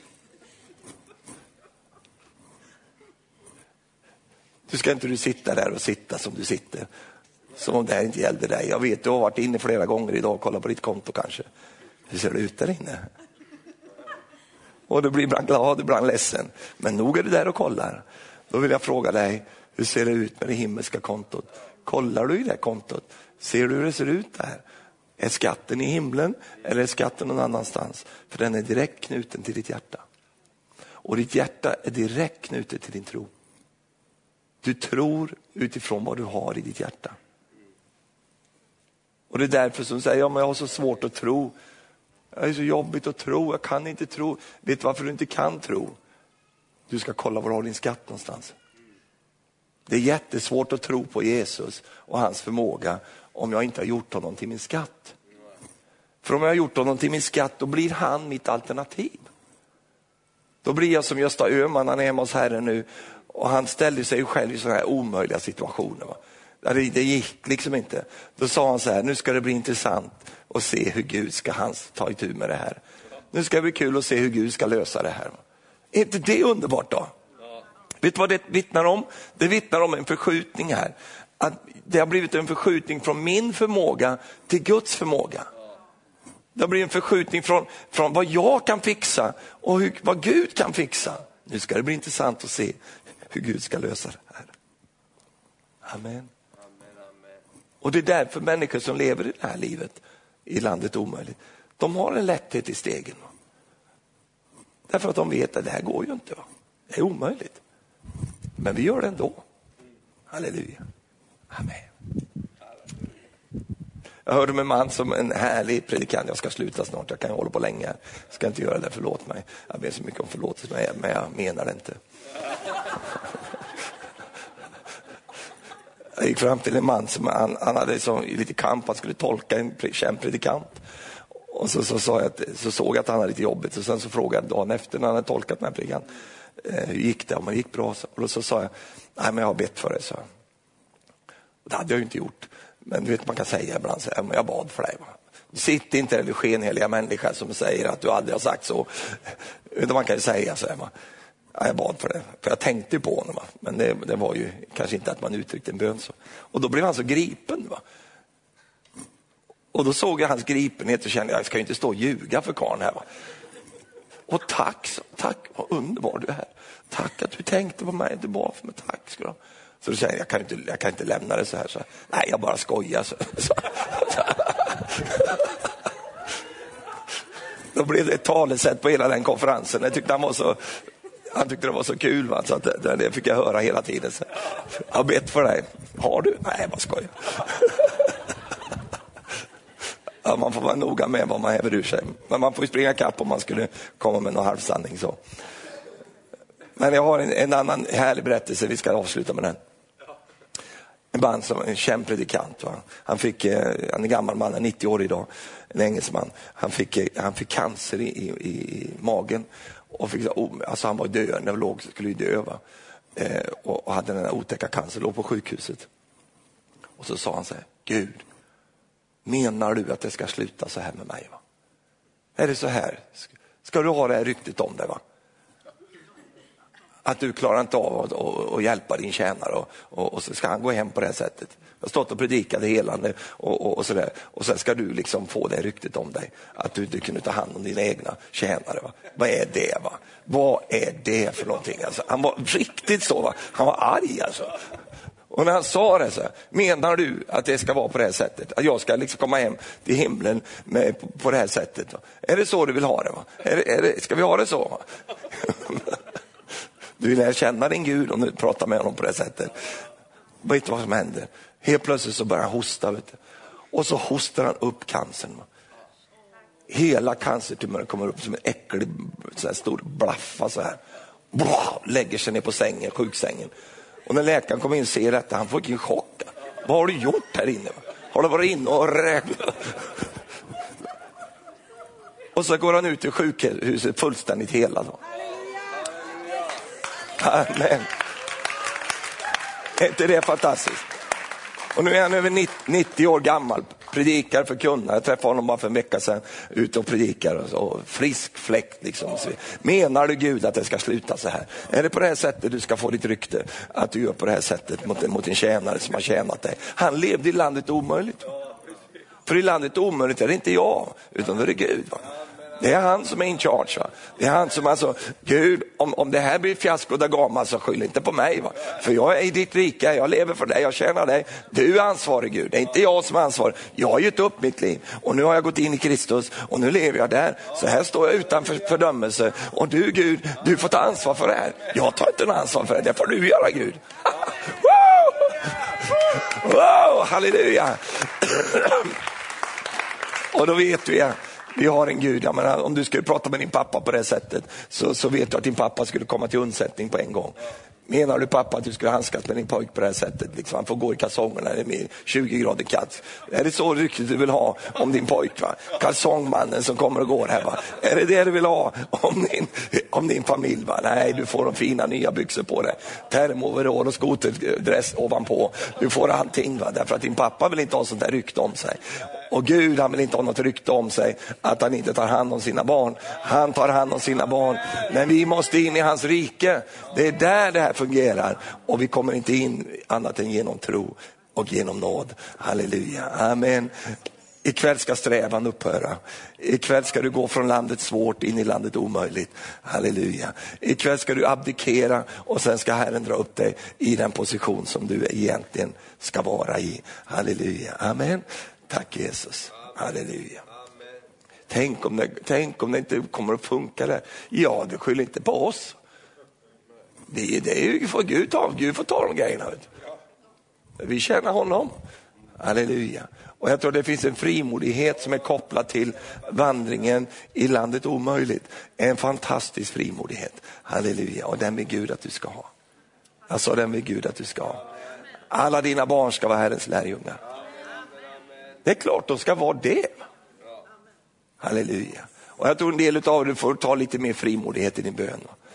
Du ska inte sitta där och sitta som du sitter. Som om det här inte gällde dig. Jag vet, du har varit inne flera gånger idag och kollat på ditt konto kanske. Hur ser det ut där inne? Och du blir ibland glad, ibland ledsen. Men nog är du där och kollar. Då vill jag fråga dig, hur ser det ut med det himmelska kontot? Kollar du i det kontot? Ser du hur det ser ut där? Är skatten i himlen eller är skatten någon annanstans? För den är direkt knuten till ditt hjärta. Och ditt hjärta är direkt knutet till din tro. Du tror utifrån vad du har i ditt hjärta. Och det är därför som säger, ja, men jag har så svårt att tro. Det är så jobbigt att tro, jag kan inte tro. Vet du varför du inte kan tro? Du ska kolla var du har din skatt någonstans. Det är jättesvårt att tro på Jesus och hans förmåga om jag inte har gjort honom till min skatt. För om jag har gjort honom till min skatt, då blir han mitt alternativ. Då blir jag som Gösta Öhman, han är hemma hos Herren nu. Och han ställde sig själv i sådana här omöjliga situationer. Va? Det gick liksom inte. Då sa han så här, nu ska det bli intressant att se hur Gud ska ta itu med det här. Nu ska det bli kul att se hur Gud ska lösa det här. Är inte det underbart då? Ja. Vet du vad det vittnar om? Det vittnar om en förskjutning här. Att det har blivit en förskjutning från min förmåga till Guds förmåga. Det har blivit en förskjutning från vad jag kan fixa och vad Gud kan fixa. Nu ska det bli intressant att se hur Gud ska lösa det här. Amen. Och det är därför människor som lever i det här livet, i landet omöjligt, de har en lätthet i stegen. Därför att de vet att det här går ju inte. Va? Det är omöjligt. Men vi gör det ändå. Halleluja. Amen. Jag hörde med en man som en härlig predikant. Jag ska sluta snart, jag kan hålla på länge. Jag ska inte göra det, förlåt mig. Jag ber så mycket om förlåtelse, men jag menar det inte. Jag gick fram till en man som han hade så lite kamp, han skulle tolka en känd predikant. Och så såg jag att han hade lite jobbigt. Och sen så frågade jag dagen efter när han hade tolkat den här predikanten, hur gick det? Om det gick bra. Och då så sa jag, nej men jag har bett för det. Så. Och det hade jag ju inte gjort. Men du vet, man kan säga ibland så här, men jag bad för dig. Va? Sitt inte eller skenheliga människa som säger att du aldrig har sagt så. Utan man kan ju säga så här, va? Ja, jag bad för det, för jag tänkte på honom. Va? Men det var ju kanske inte att man uttryckte en bön så. Och då blev han så gripen. Va? Och då såg jag hans gripenhet och kände, jag ska ju inte stå och ljuga för karln här. Va? Och tack, vad underbar du är. Tack att du tänkte på mig, du bad för mig, tack ska du ha. Så då säger jag kan inte lämna det så här. Så, nej, jag bara skojar. Så. Då blev det ett talesätt på hela den konferensen. Jag tyckte han tyckte det var så kul. Va? Så att det fick jag höra hela tiden. Så, jag har bett för dig. Har du? Nej, jag bara skojar. Ja, man får vara noga med vad man häver ur sig. Men man får ju springa kapp om man skulle komma med någon halvsanning. Så. Men jag har en annan härlig berättelse. Vi ska avsluta med den. En man som en känd predikant. Va? Han är gammal man, 90 år idag. En engelsman. Han fick cancer i magen. Och alltså han var döende, skulle ju dö. Va? Och hade den här otäcka cancer, låg på sjukhuset. Och så sa han så här, Gud, menar du att det ska sluta så här med mig? Va? Är det så här? Ska du ha det här ryktet om dig? Va? Att du klarar inte av att hjälpa din tjänare och så ska han gå hem på det här sättet. Jag har stått och predikat det helande och sådär. Och sen ska du liksom få det ryktet om dig. Att du inte kunde ta hand om dina egna tjänare. Va? Vad är det? Va? Vad är det för någonting? Alltså, han var riktigt så. Va? Han var arg alltså. Och när han sa det så här, menar du att det ska vara på det här sättet? Att jag ska liksom komma hem till himlen på det här sättet? Va? Är det så du vill ha det? Va? Ska vi ha det så? Va? Du lär känna din Gud om du pratar med honom på det sättet. Vet du vad som händer? Helt plötsligt så börjar han hosta. Vet du? Och så hostar han upp cancern. Va? Hela cancertumören kommer upp som en äcklig så här stor blaffa så här. Lägger sig ner på sängen, sjuksängen. Och när läkaren kommer in och ser detta, han får ingen chock. Vad har du gjort här inne? Va? Har du varit inne och räknat? Och så går han ut i sjukhuset fullständigt hela. Då. Amen. Är inte det fantastiskt? Och nu är han över 90 år gammal. Predikar för kunderna. Jag träffade honom bara för en vecka sedan. Ute och predikar. Och frisk fläkt liksom. Menar du Gud att det ska sluta så här? Är det på det här sättet du ska få ditt rykte? Att du gör på det här sättet mot din tjänare som har tjänat dig. Han levde i landet omöjligt. För i landet omöjligt är det inte jag. Utan det är Gud. Va? Det är han som är in charge. Va? Det är han som alltså, Gud, om det här blir fiasko da gama så skyll inte på mig. Va? För jag är i ditt rike, jag lever för dig, jag tjänar dig. Du är ansvarig Gud, det är inte jag som är ansvarig. Jag har gett upp mitt liv och nu har jag gått in i Kristus och nu lever jag där. Så här står jag utan fördömelse. Och du Gud, du får ta ansvar för det här. Jag tar inte något ansvar för det, det får du göra Gud. Wow, halleluja. Och då vet vi har en Gud. Jag menar, om du skulle prata med din pappa på det sättet så vet du att din pappa skulle komma till undsättning på en gång. Menar du pappa att du skulle handskas med din pojk på det här sättet? Liksom, han får gå i kalsongerna, det är med 20 grader kallt. Är det så riktigt du vill ha om din pojk? Va? Kalsongmannen som kommer och går här. Va? Är det det du vill ha om din familj? Va? Nej, du får de fina nya byxor på dig. Termoverall och skoterdress ovanpå. Du får allting. Va? Därför att din pappa vill inte ha sånt där rykte om sig. Och Gud, han vill inte ha något rykte om sig att han inte tar hand om sina barn. Han tar hand om sina barn. Men vi måste in i hans rike. Det är där det här fungerar. Och vi kommer inte in annat än genom tro och genom nåd. Halleluja. Amen. Ikväll ska strävan upphöra. Ikväll ska du gå från landet svårt in i landet omöjligt. Halleluja. Ikväll ska du abdikera och sen ska Herren dra upp dig i den position som du egentligen ska vara i. Halleluja. Amen. Tack Jesus. Halleluja. Tänk om det inte kommer att funka där. Ja, det skyller inte på oss. Det är ju för Gud får ta de grejerna. Vi känner honom. Halleluja. Och jag tror det finns en frimodighet som är kopplad till vandringen i landet omöjligt. En fantastisk frimodighet. Halleluja. Och den vill Gud att du ska ha. Alltså den vill Gud att du ska ha. Alla dina barn ska vara Herrens lärjungar. Det är klart de ska vara det. Halleluja. Och jag tror en del av det får ta lite mer frimodighet i din bön.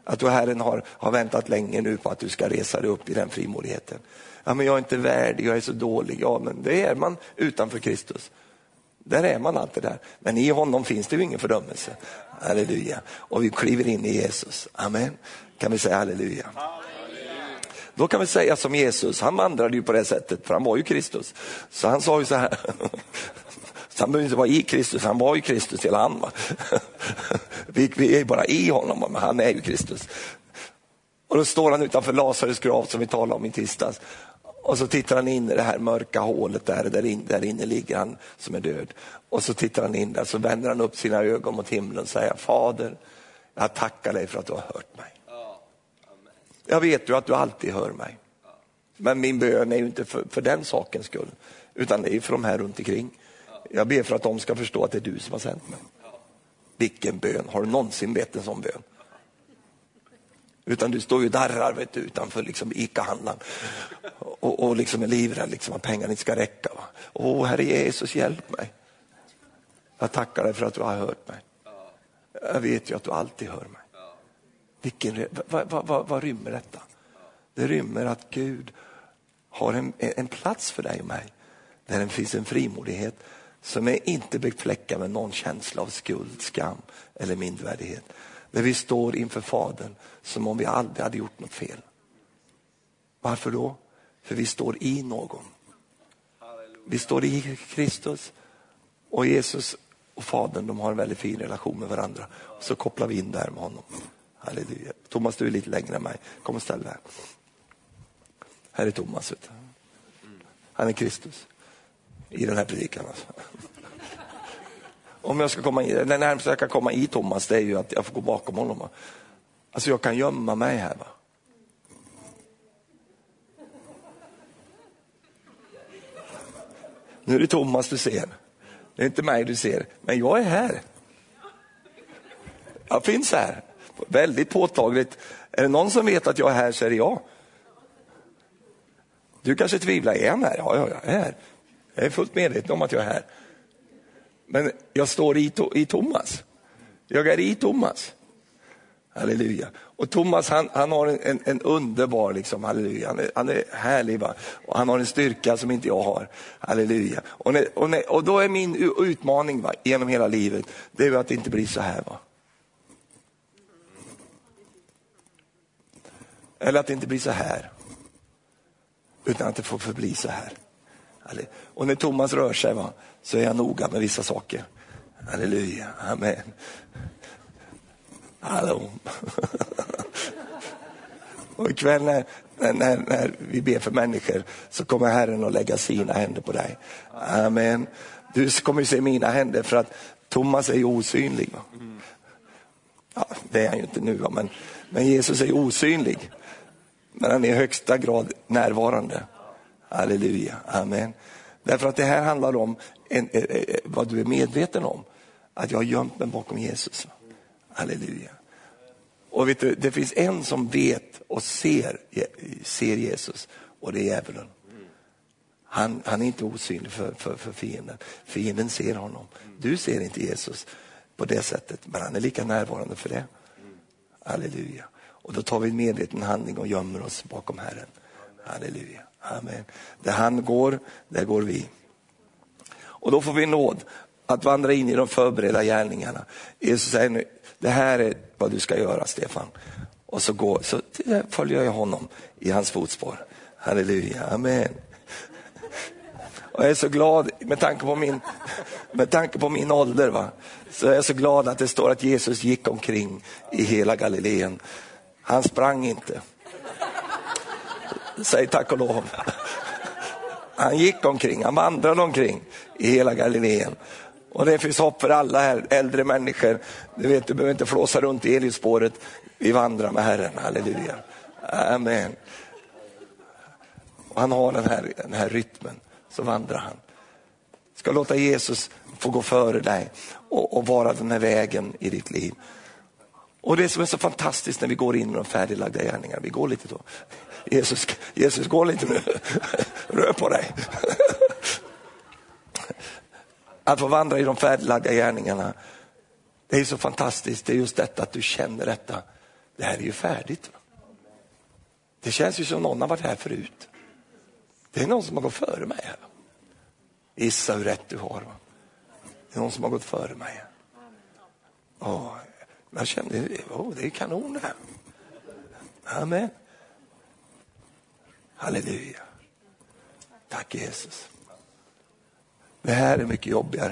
Att du Herren har väntat länge nu på att du ska resa dig upp i den frimodigheten. Ja, men jag är inte värdig, jag är så dålig. Ja, men det är man utanför Kristus. Där är man alltid där. Men i honom finns det ju ingen fördömelse. Halleluja. Och vi kliver in i Jesus. Amen. Kan vi säga halleluja. Då kan vi säga som Jesus. Han vandrade ju på det sättet. För han var ju Kristus. Så han sa ju så här. Så han behöver inte vara i Kristus. Han var ju Kristus till han. Va? Vi är bara i honom. Men han är ju Kristus. Och då står han utanför Lazarus grav som vi talade om i tisdags. Och så tittar han in i det här mörka hålet där inne ligger han som är död. Och så tittar han in där, så vänder han upp sina ögon mot himlen och säger: Fader, jag tackar dig för att du har hört mig. Jag vet ju att du alltid hör mig. Men min bön är ju inte för den sakens skull, utan det är för de här runt omkring. Jag ber för att de ska förstå att det är du som har sänt mig. Vilken bön, har du någonsin bett en sån bön? Utan du står ju darrar, vet du, utanför liksom ICA-handlaren och liksom är livrädd liksom, att pengarna inte ska räcka. Va? Herre Jesus, hjälp mig. Jag tackar dig för att du har hört mig. Jag vet ju att du alltid hör mig. Vad rymmer detta? Det rymmer att Gud har en plats för dig och mig. Där det finns en frimodighet som är inte befläckad med någon känsla av skuld, skam eller mindervärdighet. Där vi står inför Fadern som om vi aldrig hade gjort något fel. Varför då? För vi står i någon. Vi står i Kristus. Och Jesus och Fadern, de har en väldigt fin relation med varandra. Och så kopplar vi in där med honom. Halleluja. Thomas, du är lite längre än mig. Kom och ställ dig här. Här är Thomas. Han är Kristus. I den här predikan alltså. Om jag ska komma in, det närmaste jag kan komma i Thomas, det är ju att jag får gå bakom honom. Alltså jag kan gömma mig här. Va? Nu är det Thomas du ser. Det är inte mig du ser. Men jag är här. Jag finns här. Väldigt påtagligt. Är det någon som vet att jag är här, så är det jag. Du kanske tvivlar, är han här? Ja, jag är här. Jag är fullt medveten om att jag är här. Men jag står i Thomas. Jag är i Thomas. Halleluja. Och Thomas han har en underbar liksom, halleluja. Han är härlig, va? Och han har en styrka som inte jag har. Halleluja. Och då är min utmaning, va, genom hela livet, det är att det inte blir så här, va. Eller att det inte blir så här. Utan att det får förbli så här. Och när Thomas rör sig, va, så är jag noga med vissa saker. Halleluja, amen. Hallå. Och ikväll när vi ber för människor, så kommer Herren att lägga sina händer på dig. Amen. Du kommer se mina händer, för att Thomas är ju osynlig. Va? Ja, det är han ju inte nu, va? Men Jesus är ju osynlig. Men han är i högsta grad närvarande. Halleluja, amen. Därför att det här handlar om vad du är medveten om. Att jag har gömt mig bakom Jesus. Halleluja. Och vet du, det finns en som vet och ser Jesus. Och det är djävulen. Han är inte osynlig för fienden. Fienden ser honom. Du ser inte Jesus på det sättet. Men han är lika närvarande för det. Halleluja. Och då tar vi en medveten handling och gömmer oss bakom Herren. Halleluja. Amen. Där han går, där går vi. Och då får vi nåd att vandra in i de förberedda gärningarna. Jesus säger nu, det här är vad du ska göra, Stefan. Och så följer jag honom i hans fotspår. Halleluja, amen. Och jag är så glad med tanke på min ålder, va? Så jag är så glad att det står att Jesus gick omkring i hela Galileen. Han sprang inte. Säg tack och lov. Han gick omkring, han vandrade omkring i hela Galileen. Och det finns hopp för alla här äldre människor. Du vet, du behöver inte flåsa runt i Eliusspåret. Vi vandrar med Herren, halleluja. Amen. Och han har den här rytmen, så vandrar han. Ska låta Jesus få gå före dig och vara den här vägen i ditt liv. Och det som är så fantastiskt när vi går in i de färdiglagda gärningar, vi går lite då. Jesus går lite nu. Rör på dig. Att få vandra i de färdiglagda gärningarna, det är så fantastiskt. Det är just detta att du känner detta. Det här är ju färdigt. Det känns ju som någon har varit här förut. Det är någon som har gått före mig här. Gissa hur rätt du har. Va? Det är någon som har gått före mig. Jag kände, det är kanon det här. Amen. Halleluja. Tack Jesus. Det här är mycket jobbigare.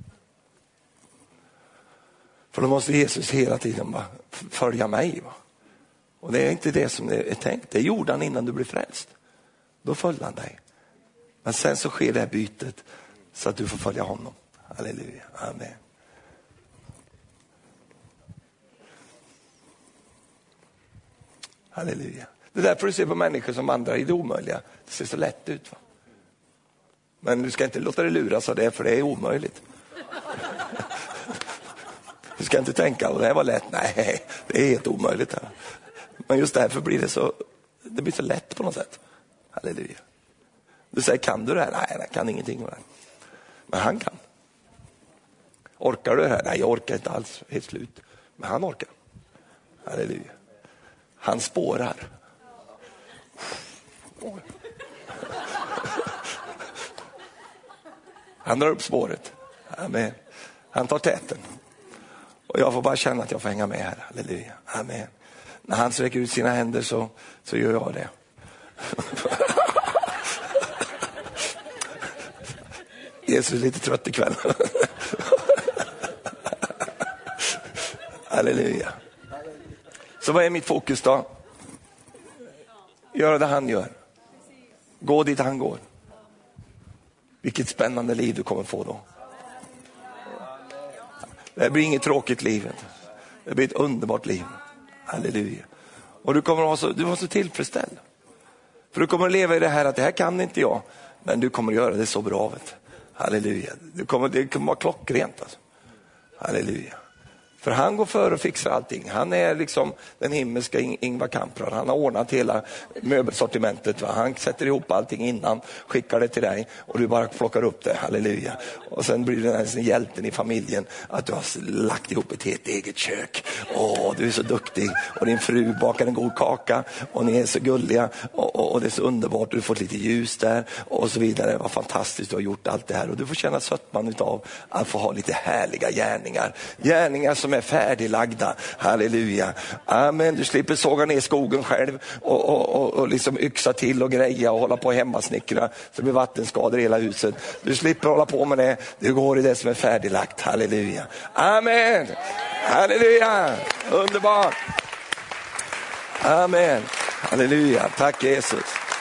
För då måste Jesus hela tiden bara följa mig. Va? Och det är inte det som det är tänkt. Det gjorde han innan du blev frälst. Då följde han dig. Men sen så sker det här bytet så att du får följa honom. Halleluja. Amen. Halleluja. Det är därför du ser på människor som vandrar i det omöjliga. Det ser så lätt ut. Va? Men du ska inte låta dig luras av det, för det är omöjligt. Du ska inte tänka att det här var lätt. Nej, det är helt omöjligt. Här. Men just därför blir det blir så lätt på något sätt. Halleluja. Du säger, kan du det här? Nej, jag kan ingenting med det. Men han kan. Orkar du det här? Nej, jag orkar inte alls. Helt slut. Men han orkar. Halleluja. Han spårar. Han drar upp spåret. Amen. Han tar täten. Och jag får bara känna att jag får hänga med här. Halleluja. Amen. När han sträcker ut sina händer så gör jag det. Jesus är lite trött ikväll. Halleluja. Så vad är mitt fokus då? Göra det han gör. Gå dit han går. Vilket spännande liv du kommer få då. Det blir inget tråkigt liv. Det blir ett underbart liv. Halleluja. Och du kommer att vara så tillfredsställd. För du kommer att leva i det här att det här kan inte jag. Men du kommer att göra det så bra. Halleluja. Det kommer vara klockrent. Alltså. Halleluja. För han går för och fixar allting. Han är liksom den himmelska Ingvar Kamprad. Han har ordnat hela möbelsortimentet. Va? Han sätter ihop allting innan, skickar det till dig och du bara plockar upp det. Halleluja. Och sen blir du den hjälten i familjen att du har lagt ihop ett helt eget kök. Du är så duktig. Och din fru bakar en god kaka och ni är så gulliga och det är så underbart. Du får lite ljus där och så vidare. Vad fantastiskt du har gjort allt det här. Och du får känna sötman utav att få ha lite härliga gärningar. Gärningar som är färdiglagda. Halleluja. Amen. Du slipper såga ner skogen själv och liksom yxa till och greja och hålla på hemmasnickra så det blir vattenskador i hela huset. Du slipper hålla på med det. Du går i det som är färdiglagt. Halleluja. Amen. Halleluja. Underbart. Amen. Halleluja. Tack Jesus.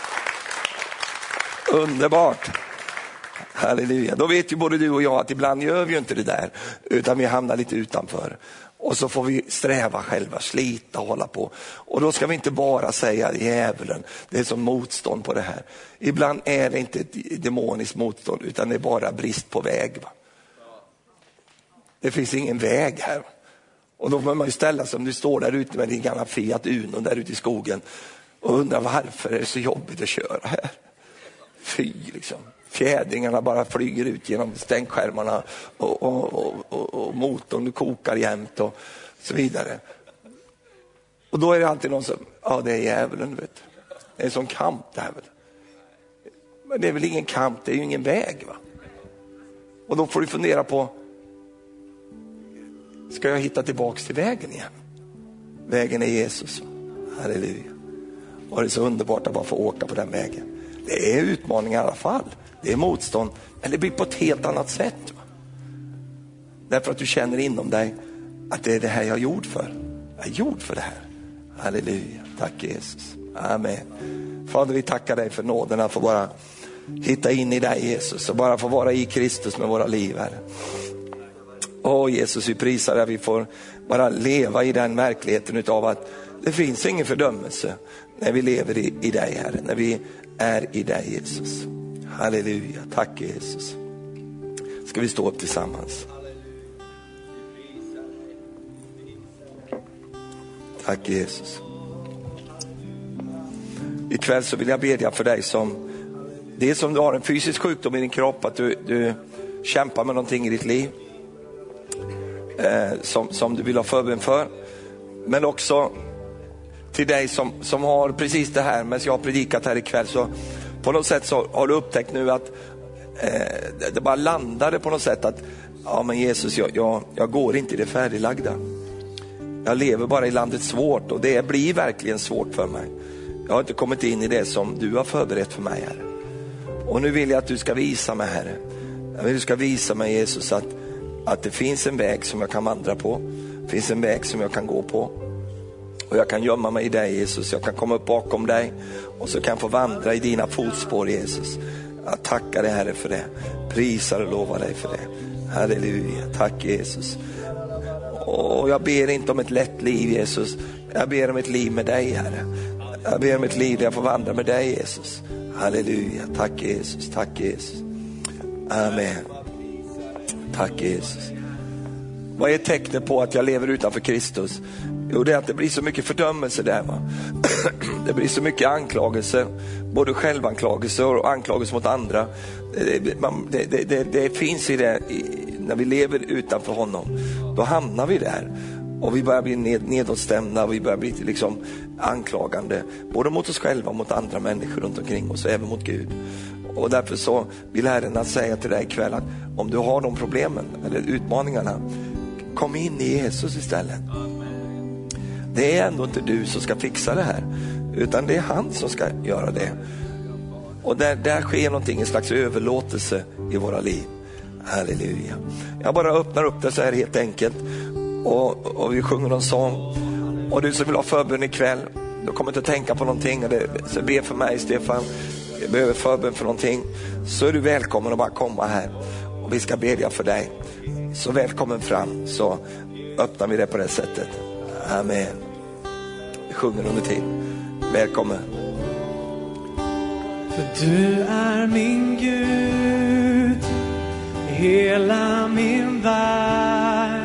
Underbart. Halleluja. Då vet ju både du och jag att ibland gör vi ju inte det där utan vi hamnar lite utanför. Och så får vi sträva själva, slita och hålla på. Och då ska vi inte bara säga djävulen, det är som motstånd på det här. Ibland är det inte ett demoniskt motstånd utan det är bara brist på väg. Va? Det finns ingen väg här. Och då får man ju ställa sig om du står där ute med din gamla Fiat Uno där ute i skogen och undrar varför är det så jobbigt att köra här. Fy liksom. Fjädringarna bara flyger ut genom stänkskärmarna och motorn kokar jämt och så vidare. Och då är det alltid någon som, det är djävulen, vet. Det är en sån kamp det här, vet. Men det är väl ingen kamp, det är ju ingen väg, va? Och då får du fundera på, ska jag hitta tillbaks till vägen igen? Vägen är Jesus. Halleluja. Och det är så underbart att bara få åka på den vägen. Det är utmaningar i alla fall. Det är motstånd. Men det blir på ett helt annat sätt. Va? Därför att du känner inom dig att det är det här jag är gjord för. Jag är gjord för det här. Halleluja. Tack Jesus. Amen. Fader, vi tackar dig för nåden att få bara hitta in i dig Jesus. Och bara få vara i Kristus med våra liv här. Jesus, vi prisar dig. Vi får bara leva i den verkligheten utav att det finns ingen fördömelse när vi lever i dig, Herre. När vi är i dig, Jesus. Halleluja. Tack Jesus. Ska vi stå upp tillsammans? Tack Jesus. Ikväll så vill jag bedja för dig som det är som du har en fysisk sjukdom i din kropp, att du kämpar med någonting i ditt liv som du vill ha förbön för. Men också till dig som har precis det här, men jag har predikat här ikväll, så på något sätt så har du upptäckt nu att det bara landade på något sätt att ja, men Jesus, jag går inte i det färdiglagda. Jag lever bara i landet svårt, och det blir verkligen svårt för mig. Jag har inte kommit in i det som du har förberett för mig, Herre. Och nu vill jag att du ska visa mig, Herre. Jag vill att du ska visa mig, Jesus, att det finns en väg som jag kan vandra på. Det finns en väg som jag kan gå på. Och jag kan gömma mig i dig, Jesus. Jag kan komma upp bakom dig. Och så kan jag få vandra i dina fotspår, Jesus. Jag tackar dig, Herre, för det. Prisar och lovar dig för det. Halleluja, tack Jesus. Och jag ber inte om ett lätt liv, Jesus. Jag ber om ett liv med dig, Herre. Jag ber om ett liv där jag får vandra med dig, Jesus. Halleluja, tack Jesus, tack Jesus. Amen. Tack Jesus. Vad är tecknet på att jag lever utanför Kristus? Jo, det är att det blir så mycket fördömelse där, va? Det blir så mycket anklagelser, både självanklagelser och anklagelser mot andra. Det finns i det, när vi lever utanför honom, då hamnar vi där. Och vi börjar bli nedåtstämda, och vi börjar bli liksom anklagande, både mot oss själva och mot andra människor runt omkring oss, och även mot Gud. Och därför så vill Herren att säga till dig ikväll att om du har de problemen eller utmaningarna, kom in i Jesus istället. Det är ändå inte du som ska fixa det här, utan det är han som ska göra det. Och där sker någonting, en slags överlåtelse i våra liv. Halleluja. Jag bara öppnar upp det så här helt enkelt, och vi sjunger en sång. Och du som vill ha förbön ikväll, du kommer inte att tänka på någonting, så be för mig, Stefan, jag behöver förbön för någonting, så är du välkommen att bara komma här och vi ska bedja för dig. Så välkommen fram, så öppnar vi det på det sättet. Amen. Vi sjunger under tid. Välkommen. För du är min Gud, hela min värld.